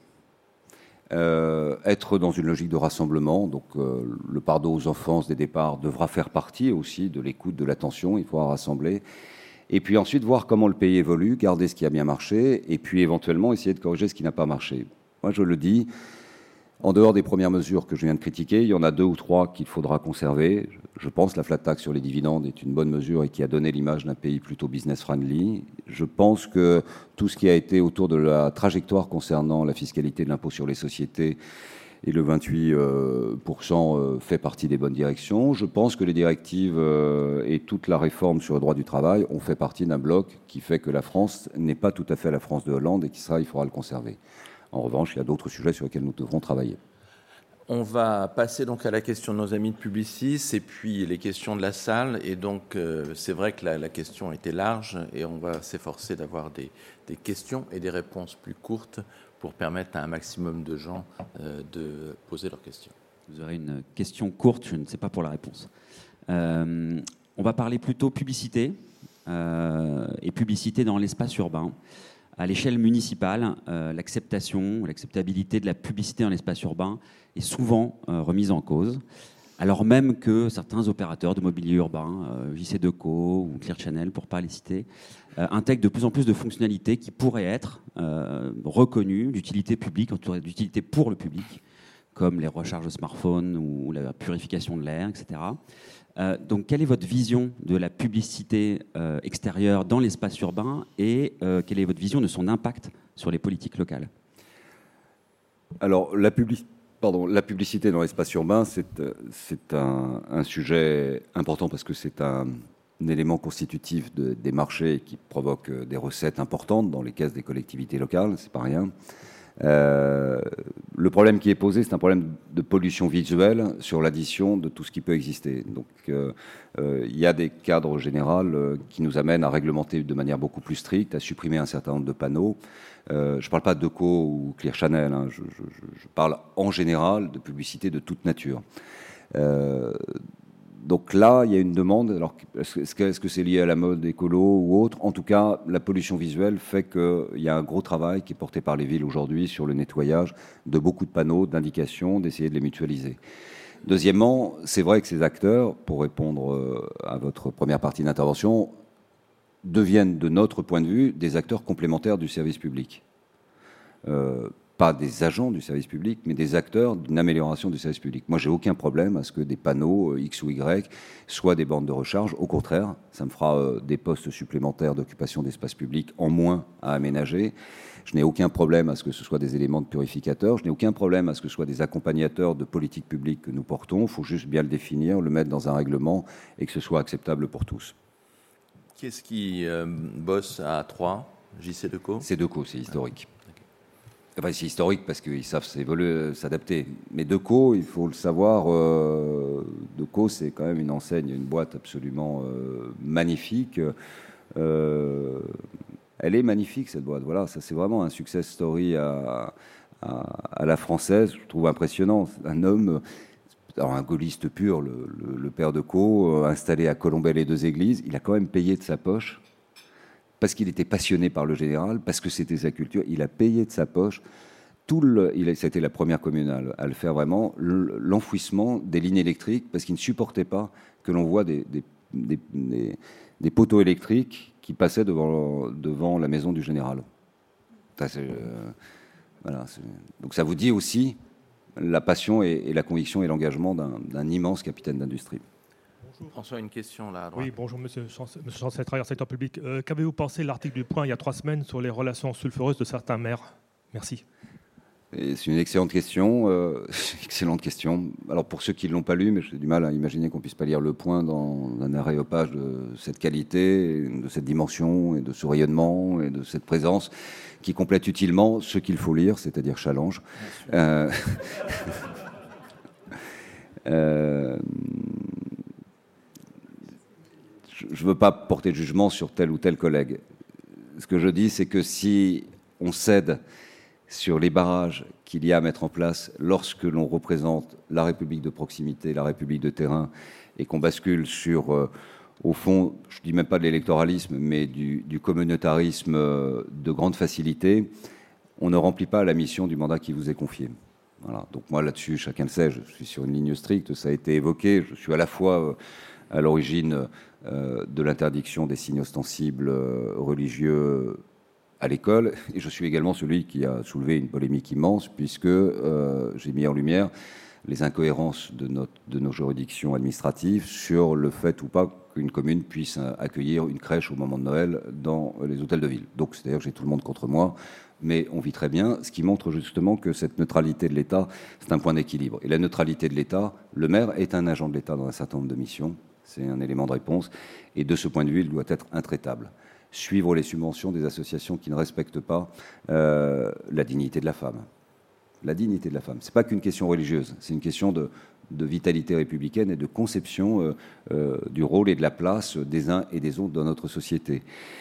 Euh, être dans une logique de rassemblement, donc euh, le pardon aux enfances des départs devra faire partie aussi de l'écoute, de l'attention, il faudra rassembler, et puis ensuite voir comment le pays évolue, garder ce qui a bien marché, et puis éventuellement essayer de corriger ce qui n'a pas marché. Moi je le dis, en dehors des premières mesures que je viens de critiquer, il y en a deux ou trois qu'il faudra conserver. Je pense que la flat tax sur les dividendes est une bonne mesure et qui a donné l'image d'un pays plutôt business-friendly. Je pense que tout ce qui a été autour de la trajectoire concernant la fiscalité de l'impôt sur les sociétés et le vingt-huit pour cent fait partie des bonnes directions. Je pense que les directives et toute la réforme sur le droit du travail ont fait partie d'un bloc qui fait que la France n'est pas tout à fait la France de Hollande et qui sera, il faudra le conserver. En revanche, il y a d'autres sujets sur lesquels nous devrons travailler. On va passer donc à la question de nos amis de Publicis et puis les questions de la salle. Et donc, euh, c'est vrai que la, la question était large et on va s'efforcer d'avoir des, des questions et des réponses plus courtes pour permettre à un maximum de gens euh, de poser leurs questions. Vous aurez une question courte, je ne sais pas pour la réponse. Euh, on va parler plutôt publicité euh, et publicité dans l'espace urbain. À l'échelle municipale, euh, l'acceptation, l'acceptabilité de la publicité dans l'espace urbain est souvent euh, remise en cause, alors même que certains opérateurs de mobilier urbain, euh, J C Deco ou Clear Channel, pour ne pas les citer, euh, intègrent de plus en plus de fonctionnalités qui pourraient être euh, reconnues d'utilité publique, en tout cas d'utilité pour le public, comme les recharges de smartphones ou la purification de l'air, et cetera. Euh, donc, quelle est votre vision de la publicité euh, extérieure dans l'espace urbain et euh, quelle est votre vision de son impact sur les politiques locales? Alors, la, publi- pardon, la publicité dans l'espace urbain, c'est, c'est un, un sujet important parce que c'est un, un élément constitutif de, des marchés qui provoque des recettes importantes dans les caisses des collectivités locales, c'est pas rien. Euh, le problème qui est posé, c'est un problème de pollution visuelle sur l'addition de tout ce qui peut exister. Donc, euh, euh, il y a des cadres généraux euh, qui nous amènent à réglementer de manière beaucoup plus stricte, à supprimer un certain nombre de panneaux. Euh, je ne parle pas de Deco ou Clear Channel, hein, je, je, je parle en général de publicité de toute nature. Euh, Donc là, il y a une demande. Alors, est-ce que, est-ce que c'est lié à la mode écolo ou autre? En tout cas, la pollution visuelle fait qu'il y a un gros travail qui est porté par les villes aujourd'hui sur le nettoyage de beaucoup de panneaux, d'indications, d'essayer de les mutualiser. Deuxièmement, c'est vrai que ces acteurs, pour répondre à votre première partie d'intervention, deviennent, de notre point de vue, des acteurs complémentaires du service public. Euh, pas des agents du service public, mais des acteurs d'une amélioration du service public. Moi, j'ai aucun problème à ce que des panneaux X ou Y soient des bornes de recharge. Au contraire, ça me fera euh, des postes supplémentaires d'occupation d'espace public en moins à aménager. Je n'ai aucun problème à ce que ce soit des éléments de purificateurs. Je n'ai aucun problème à ce que ce soit des accompagnateurs de politique publique que nous portons. Il faut juste bien le définir, le mettre dans un règlement et que ce soit acceptable pour tous. Qui est-ce qui euh, bosse à Troyes? J C Deco? C'est Deco, c'est historique. Enfin, c'est historique parce qu'ils savent s'évoluer, s'adapter. Mais Deco, il faut le savoir, euh, Deco, c'est quand même une enseigne, une boîte absolument euh, magnifique. Euh, elle est magnifique, cette boîte. Voilà, ça, c'est vraiment un success story à, à, à la française. Je trouve impressionnant. Un homme, alors un gaulliste pur, le, le, le père Deco, euh, installé à Colombelles et deux églises, il a quand même payé de sa poche. Parce qu'il était passionné par le général, parce que c'était sa culture, il a payé de sa poche tout le. Il a, c'était la première commune à le faire vraiment, le, l'enfouissement des lignes électriques, parce qu'il ne supportait pas que l'on voit des, des, des, des, des poteaux électriques qui passaient devant, devant la maison du général. Ça, c'est, euh, voilà, c'est, donc ça vous dit aussi la passion et, et la conviction et l'engagement d'un, d'un immense capitaine d'industrie. Bonjour. François, une question là à droite. Oui, bonjour Monsieur Chancelier, travailleur secteur public. Euh, qu'avez-vous pensé de l'article du Point il y a trois semaines sur les relations sulfureuses de certains maires? Merci. Et c'est une excellente question. Euh, excellente question. Alors pour ceux qui ne l'ont pas lu, mais j'ai du mal à imaginer qu'on puisse pas lire Le Point dans un aréopage de cette qualité, de cette dimension et de ce rayonnement et de cette présence qui complète utilement ce qu'il faut lire, c'est-à-dire Challenge. Euh, euh, je ne veux pas porter de jugement sur tel ou tel collègue. Ce que je dis, c'est que si on cède sur les barrages qu'il y a à mettre en place lorsque l'on représente la République de proximité, la République de terrain, et qu'on bascule sur, euh, au fond, je ne dis même pas de l'électoralisme, mais du, du communautarisme euh, de grande facilité, on ne remplit pas la mission du mandat qui vous est confié. Voilà. Donc moi, là-dessus, chacun le sait, je suis sur une ligne stricte, ça a été évoqué, je suis à la fois euh, à l'origine euh, de l'interdiction des signes ostensibles euh, religieux à l'école, et je suis également celui qui a soulevé une polémique immense, puisque euh, j'ai mis en lumière les incohérences de, notre, de nos juridictions administratives sur le fait ou pas qu'une commune puisse accueillir une crèche au moment de Noël dans les hôtels de ville. Donc, c'est-à-dire que j'ai tout le monde contre moi, mais on vit très bien, ce qui montre justement que cette neutralité de l'État, c'est un point d'équilibre. Et la neutralité de l'État, le maire est un agent de l'État dans un certain nombre de missions, c'est un élément de réponse, et de ce point de vue, il doit être intraitable. Suivre les subventions des associations qui ne respectent pas euh, la dignité de la femme. La dignité de la femme. Ce n'est pas qu'une question religieuse, c'est une question de, de vitalité républicaine et de conception euh, euh, du rôle et de la place des uns et des autres dans notre société.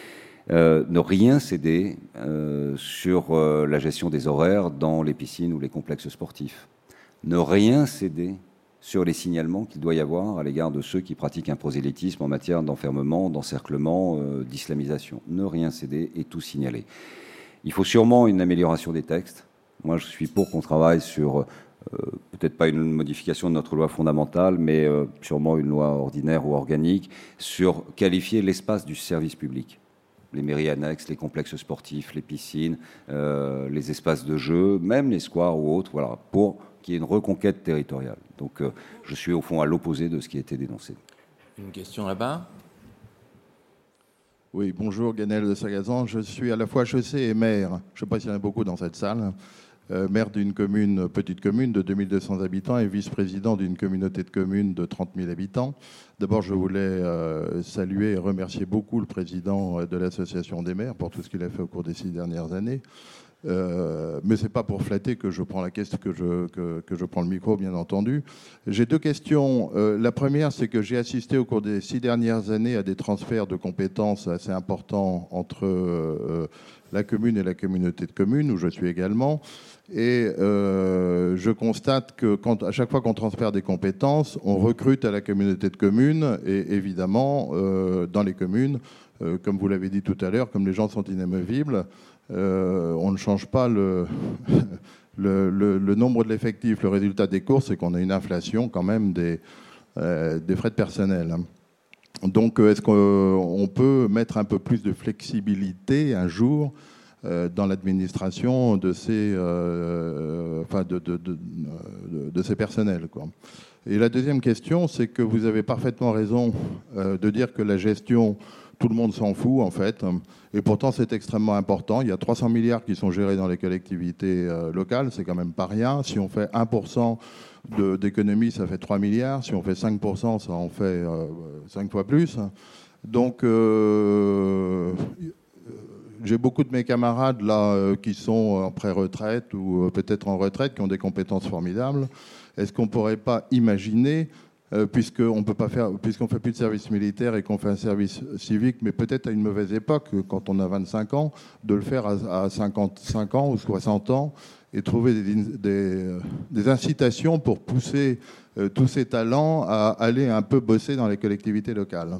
Euh, ne rien céder euh, sur euh, la gestion des horaires dans les piscines ou les complexes sportifs. Ne rien céder sur les signalements qu'il doit y avoir à l'égard de ceux qui pratiquent un prosélytisme en matière d'enfermement, d'encerclement, euh, d'islamisation. Ne rien céder et tout signaler. Il faut sûrement une amélioration des textes. Moi, je suis pour qu'on travaille sur, euh, peut-être pas une modification de notre loi fondamentale, mais euh, sûrement une loi ordinaire ou organique, sur qualifier l'espace du service public. Les mairies annexes, les complexes sportifs, les piscines, euh, les espaces de jeu, même les squares ou autres, voilà, pour qu'il y ait une reconquête territoriale. Donc euh, je suis au fond à l'opposé de ce qui a été dénoncé. Une question là-bas. Oui, bonjour, Ganel de Sagazan. Je suis à la fois chaussé et maire. Je ne sais pas s'il y en a beaucoup dans cette salle. Euh, maire d'une commune, petite commune de deux mille deux cents habitants et vice-président d'une communauté de communes de trente mille habitants. D'abord, je voulais euh, saluer et remercier beaucoup le président de l'association des maires pour tout ce qu'il a fait au cours des six dernières années. Euh, mais c'est pas pour flatter que je prends la question, que je, que, que je prends le micro, bien entendu. J'ai deux questions. Euh, la première, c'est que j'ai assisté au cours des six dernières années à des transferts de compétences assez importants entre euh, la commune et la communauté de communes, où je suis également. Et euh, je constate que quand, à chaque fois qu'on transfère des compétences, on recrute à la communauté de communes. Et évidemment, euh, dans les communes, euh, comme vous l'avez dit tout à l'heure, comme les gens sont inamovibles, euh, on ne change pas le, le, le, le nombre de l'effectif. Le résultat des courses, c'est qu'on a une inflation quand même des, euh, des frais de personnel. Donc, est-ce qu'on peut mettre un peu plus de flexibilité un jour dans l'administration de ces, euh, enfin de, de, de, de, de ces personnels, quoi. Et la deuxième question, c'est que vous avez parfaitement raison euh, de dire que la gestion, tout le monde s'en fout, en fait. Et pourtant, c'est extrêmement important. Il y a trois cents milliards qui sont gérés dans les collectivités euh, locales. C'est quand même pas rien. Si on fait un pour cent de, d'économie, ça fait trois milliards. Si on fait cinq pour cent, ça en fait euh, cinq fois plus. Donc... Euh, J'ai beaucoup de mes camarades là euh, qui sont en pré-retraite ou euh, peut-être en retraite, qui ont des compétences formidables. Est-ce qu'on ne pourrait pas imaginer, euh, puisqu'on peut pas faire, puisqu'on fait plus de service militaire et qu'on fait un service civique, mais peut-être à une mauvaise époque, quand on a vingt-cinq ans, de le faire à, à cinquante-cinq ans ou soixante ans et trouver des, des, des incitations pour pousser euh, tous ces talents à aller un peu bosser dans les collectivités locales.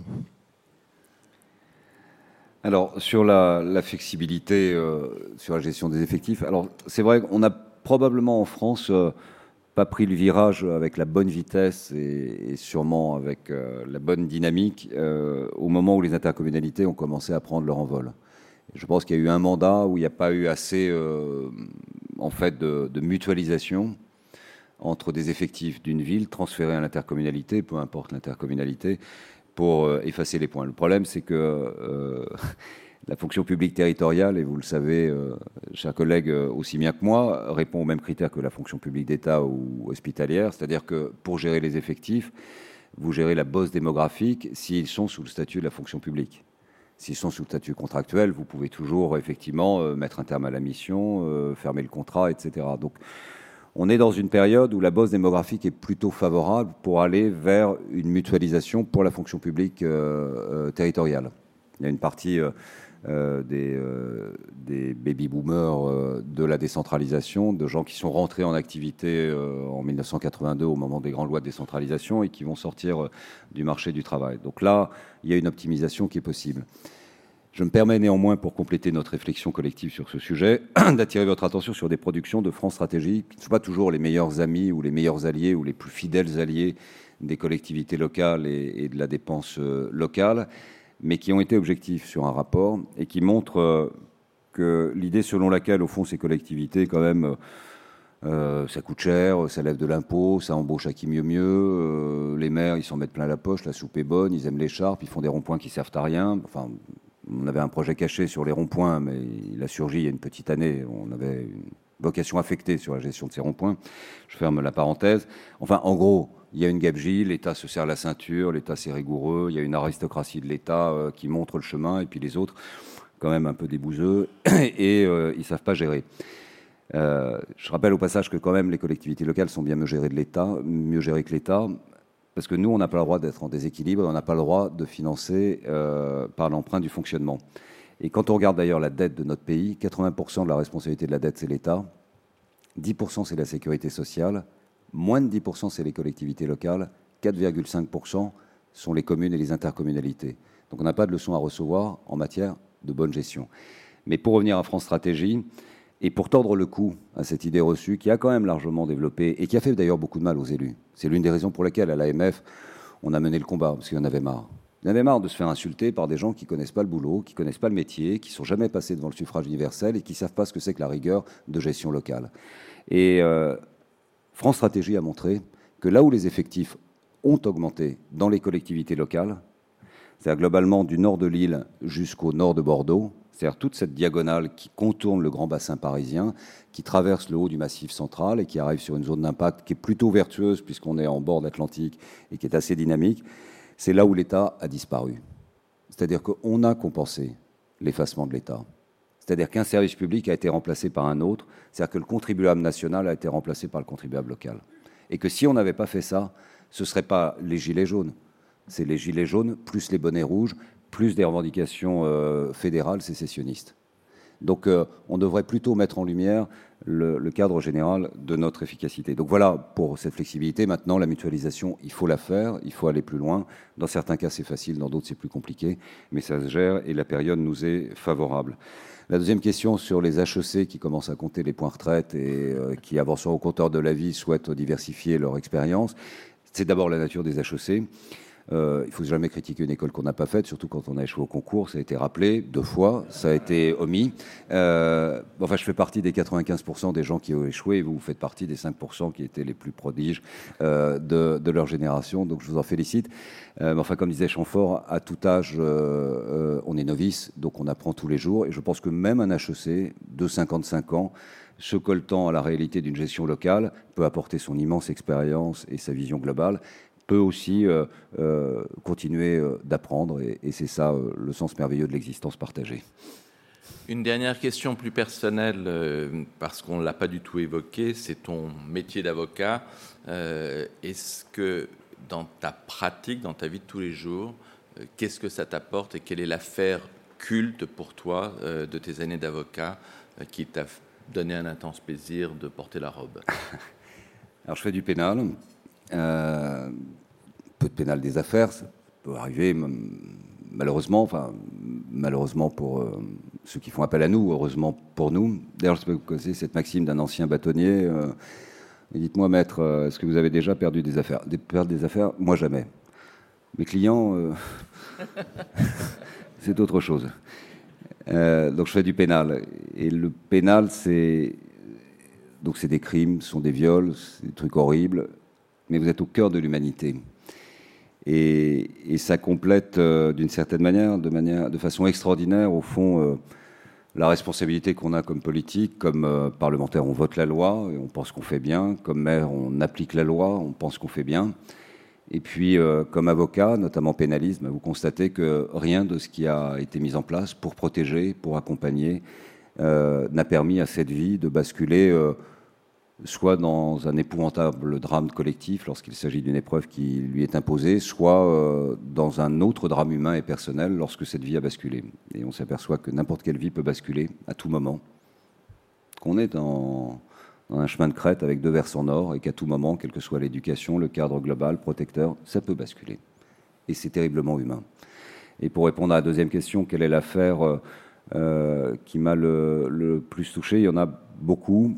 Alors, sur la, la flexibilité, euh, sur la gestion des effectifs, alors c'est vrai qu'on a probablement en France euh, pas pris le virage avec la bonne vitesse et, et sûrement avec euh, la bonne dynamique euh, au moment où les intercommunalités ont commencé à prendre leur envol. Et je pense qu'il y a eu un mandat où il n'y a pas eu assez euh, en fait, de, de mutualisation entre des effectifs d'une ville transférés à l'intercommunalité, peu importe l'intercommunalité, pour euh, effacer les points. Le problème, c'est que euh, la fonction publique territoriale, et vous le savez, euh, chers collègues, euh, aussi bien que moi, répond aux mêmes critères que la fonction publique d'État ou hospitalière, c'est-à-dire que pour gérer les effectifs, vous gérez la bosse démographique s'ils sont sous le statut de la fonction publique. S'ils sont sous le statut contractuel, vous pouvez toujours effectivement euh, mettre un terme à la mission, euh, fermer le contrat, et cetera. Donc, on est dans une période où la bosse démographique est plutôt favorable pour aller vers une mutualisation pour la fonction publique euh, euh, territoriale. Il y a une partie euh, euh, des, euh, des baby-boomers euh, de la décentralisation, de gens qui sont rentrés en activité euh, en mille neuf cent quatre-vingt-deux au moment des grandes lois de décentralisation et qui vont sortir euh, du marché du travail. Donc là, il y a une optimisation qui est possible. Je me permets néanmoins, pour compléter notre réflexion collective sur ce sujet, d'attirer votre attention sur des productions de France Stratégie qui ne sont pas toujours les meilleurs amis ou les meilleurs alliés ou les plus fidèles alliés des collectivités locales et, et de la dépense euh, locale, mais qui ont été objectifs sur un rapport et qui montrent euh, que l'idée selon laquelle, au fond, ces collectivités, quand même, euh, ça coûte cher, ça lève de l'impôt, ça embauche à qui mieux mieux, euh, les maires, ils s'en mettent plein la poche, la soupe est bonne, ils aiment l'écharpe, ils font des ronds-points qui servent à rien, enfin... On avait un projet caché sur les ronds-points, mais il a surgi il y a une petite année. On avait une vocation affectée sur la gestion de ces ronds-points. Je ferme la parenthèse. Enfin, en gros, il y a une gabegie, l'État se serre la ceinture, l'État c'est rigoureux, il y a une aristocratie de l'État euh, qui montre le chemin, et puis les autres, quand même un peu débouseux, et euh, ils ne savent pas gérer. Euh, je rappelle au passage que quand même les collectivités locales sont bien mieux gérées de l'État, mieux gérées que l'État. Parce que nous, on n'a pas le droit d'être en déséquilibre, on n'a pas le droit de financer euh, par l'emprunt du fonctionnement. Et quand on regarde d'ailleurs la dette de notre pays, quatre-vingts pour cent de la responsabilité de la dette, c'est l'État, dix pour cent c'est la sécurité sociale, moins de dix pour cent c'est les collectivités locales, quatre virgule cinq pour cent sont les communes et les intercommunalités. Donc on n'a pas de leçon à recevoir en matière de bonne gestion. Mais pour revenir à France Stratégie, et pour tordre le cou à cette idée reçue qui a quand même largement développé et qui a fait d'ailleurs beaucoup de mal aux élus. C'est l'une des raisons pour lesquelles à l'A M F, on a mené le combat, parce qu'il y en avait marre. Il y en avait marre de se faire insulter par des gens qui ne connaissent pas le boulot, qui ne connaissent pas le métier, qui ne sont jamais passés devant le suffrage universel et qui ne savent pas ce que c'est que la rigueur de gestion locale. Et euh, France Stratégie a montré que là où les effectifs ont augmenté dans les collectivités locales, c'est-à-dire globalement du nord de l'île jusqu'au nord de Bordeaux, c'est-à-dire toute cette diagonale qui contourne le grand bassin parisien, qui traverse le haut du Massif central et qui arrive sur une zone d'impact qui est plutôt vertueuse puisqu'on est en bord d'Atlantique et qui est assez dynamique, c'est là où l'État a disparu. C'est-à-dire qu'on a compensé l'effacement de l'État. C'est-à-dire qu'un service public a été remplacé par un autre, c'est-à-dire que le contribuable national a été remplacé par le contribuable local. Et que si on n'avait pas fait ça, ce ne serait pas les gilets jaunes, c'est les gilets jaunes plus les bonnets rouges, plus des revendications euh, fédérales sécessionnistes. Donc euh, on devrait plutôt mettre en lumière le, le cadre général de notre efficacité. Donc voilà pour cette flexibilité. Maintenant, la mutualisation, il faut la faire, il faut aller plus loin. Dans certains cas, c'est facile, dans d'autres, c'est plus compliqué, mais ça se gère et la période nous est favorable. La deuxième question sur les H E C qui commencent à compter les points retraite et euh, qui, avançant au compteur de la vie, souhaitent diversifier leur expérience. C'est d'abord la nature des H E C. Euh, il ne faut jamais critiquer une école qu'on n'a pas faite, surtout quand on a échoué au concours. Ça a été rappelé deux fois, ça a été omis. Euh, enfin, je fais partie des quatre-vingt-quinze pour cent des gens qui ont échoué, et vous, vous faites partie des cinq pour cent qui étaient les plus prodiges euh, de, de leur génération, donc je vous en félicite. Euh, mais enfin, comme disait Chamfort, à tout âge, euh, euh, on est novice, donc on apprend tous les jours, et je pense que même un H E C de cinquante-cinq ans, se coltant à la réalité d'une gestion locale, peut apporter son immense expérience et sa vision globale, peut aussi euh, euh, continuer euh, d'apprendre, et, et c'est ça euh, le sens merveilleux de l'existence partagée. Une dernière question plus personnelle, euh, parce qu'on ne l'a pas du tout évoqué, c'est ton métier d'avocat. Euh, est-ce que dans ta pratique, dans ta vie de tous les jours, euh, qu'est-ce que ça t'apporte et quelle est l'affaire culte pour toi euh, de tes années d'avocat euh, qui t'a donné un intense plaisir de porter la robe? Alors je fais du pénal. Euh, peu de pénal des affaires, ça peut arriver malheureusement, enfin malheureusement pour euh, ceux qui font appel à nous, heureusement pour nous. D'ailleurs, je sais pas si vous connaissez cette maxime d'un ancien bâtonnier. Euh, dites-moi, maître, euh, est-ce que vous avez déjà perdu des affaires? Des, perdu des affaires? Moi, jamais. Mes clients, euh, c'est autre chose. Euh, donc, je fais du pénal. Et le pénal, c'est donc c'est des crimes, ce sont des viols, c'est des trucs horribles. Mais vous êtes au cœur de l'humanité. Et, et ça complète euh, d'une certaine manière, de, manière, de façon extraordinaire, au fond, euh, la responsabilité qu'on a comme politique, comme euh, parlementaire, on vote la loi et on pense qu'on fait bien, comme maire, on applique la loi, on pense qu'on fait bien. Et puis, euh, comme avocat, notamment pénaliste, vous constatez que rien de ce qui a été mis en place pour protéger, pour accompagner, euh, n'a permis à cette vie de basculer euh, soit dans un épouvantable drame collectif lorsqu'il s'agit d'une épreuve qui lui est imposée, soit euh, dans un autre drame humain et personnel lorsque cette vie a basculé. Et on s'aperçoit que n'importe quelle vie peut basculer à tout moment, qu'on est dans, dans un chemin de crête avec deux versants nord et qu'à tout moment, quelle que soit l'éducation, le cadre global, protecteur, ça peut basculer. Et c'est terriblement humain. Et pour répondre à la deuxième question, quelle est l'affaire euh, euh, qui m'a le, le plus touché? Il y en a beaucoup.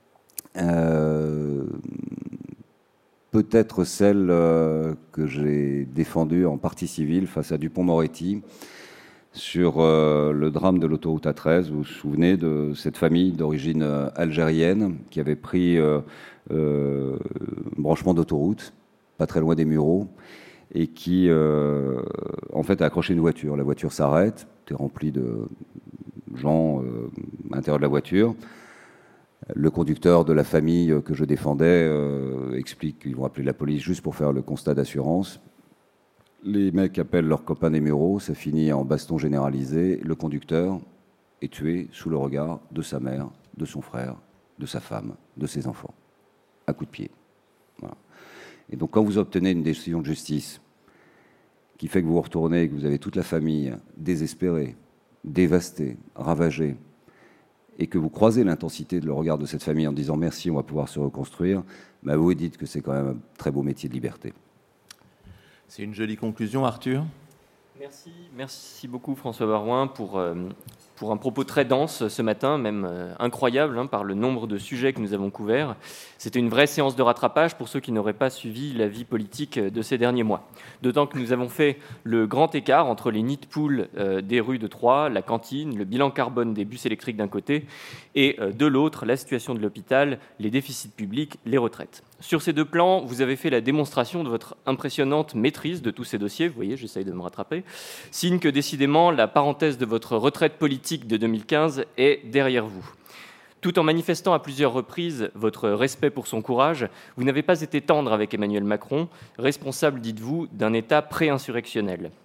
Euh, peut-être celle euh, que j'ai défendue en partie civile face à Dupond-Moretti sur euh, le drame de l'autoroute A treize. Vous vous souvenez de cette famille d'origine euh, algérienne qui avait pris euh, euh, un branchement d'autoroute, pas très loin des Mureaux, et qui euh, en fait a accroché une voiture. La voiture s'arrête, était remplie de gens euh, à l'intérieur de la voiture. Le conducteur de la famille que je défendais euh, explique qu'ils vont appeler la police juste pour faire le constat d'assurance. Les mecs appellent leurs copains des Mureaux, ça finit en baston généralisé. Le conducteur est tué sous le regard de sa mère, de son frère, de sa femme, de ses enfants, à coups de pied. Voilà. Et donc quand vous obtenez une décision de justice qui fait que vous vous retournez et que vous avez toute la famille désespérée, dévastée, ravagée, et que vous croisez l'intensité de le regard de cette famille en disant merci, on va pouvoir se reconstruire, bah vous vous dites que c'est quand même un très beau métier de liberté. C'est une jolie conclusion, Arthur. Merci, merci beaucoup François Baroin pour, euh, pour un propos très dense ce matin, même euh, incroyable hein, par le nombre de sujets que nous avons couverts. C'était une vraie séance de rattrapage pour ceux qui n'auraient pas suivi la vie politique de ces derniers mois. D'autant que nous avons fait le grand écart entre les nids de poules euh, des rues de Troyes, la cantine, le bilan carbone des bus électriques d'un côté, et euh, de l'autre, la situation de l'hôpital, les déficits publics, les retraites. Sur ces deux plans, vous avez fait la démonstration de votre impressionnante maîtrise de tous ces dossiers. Vous voyez, j'essaye de me rattraper. Signe que, décidément, la parenthèse de votre retraite politique de deux mille quinze est derrière vous. Tout en manifestant à plusieurs reprises votre respect pour son courage, vous n'avez pas été tendre avec Emmanuel Macron, responsable, dites-vous, d'un État pré-insurrectionnel.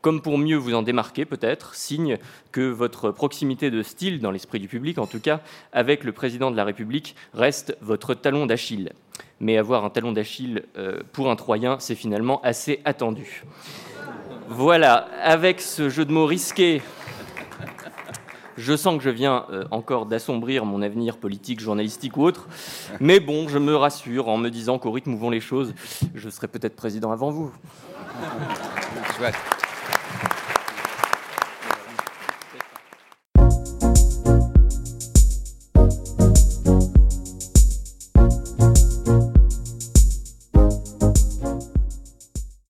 comme pour mieux vous en démarquer peut-être, signe que votre proximité de style, dans l'esprit du public en tout cas, avec le président de la République reste votre talon d'Achille. Mais avoir un talon d'Achille euh, pour un Troyen, c'est finalement assez attendu. Voilà, avec ce jeu de mots risqué, je sens que je viens euh, encore d'assombrir mon avenir politique, journalistique ou autre, mais bon, je me rassure en me disant qu'au rythme où vont les choses, je serai peut-être président avant vous. Chouette.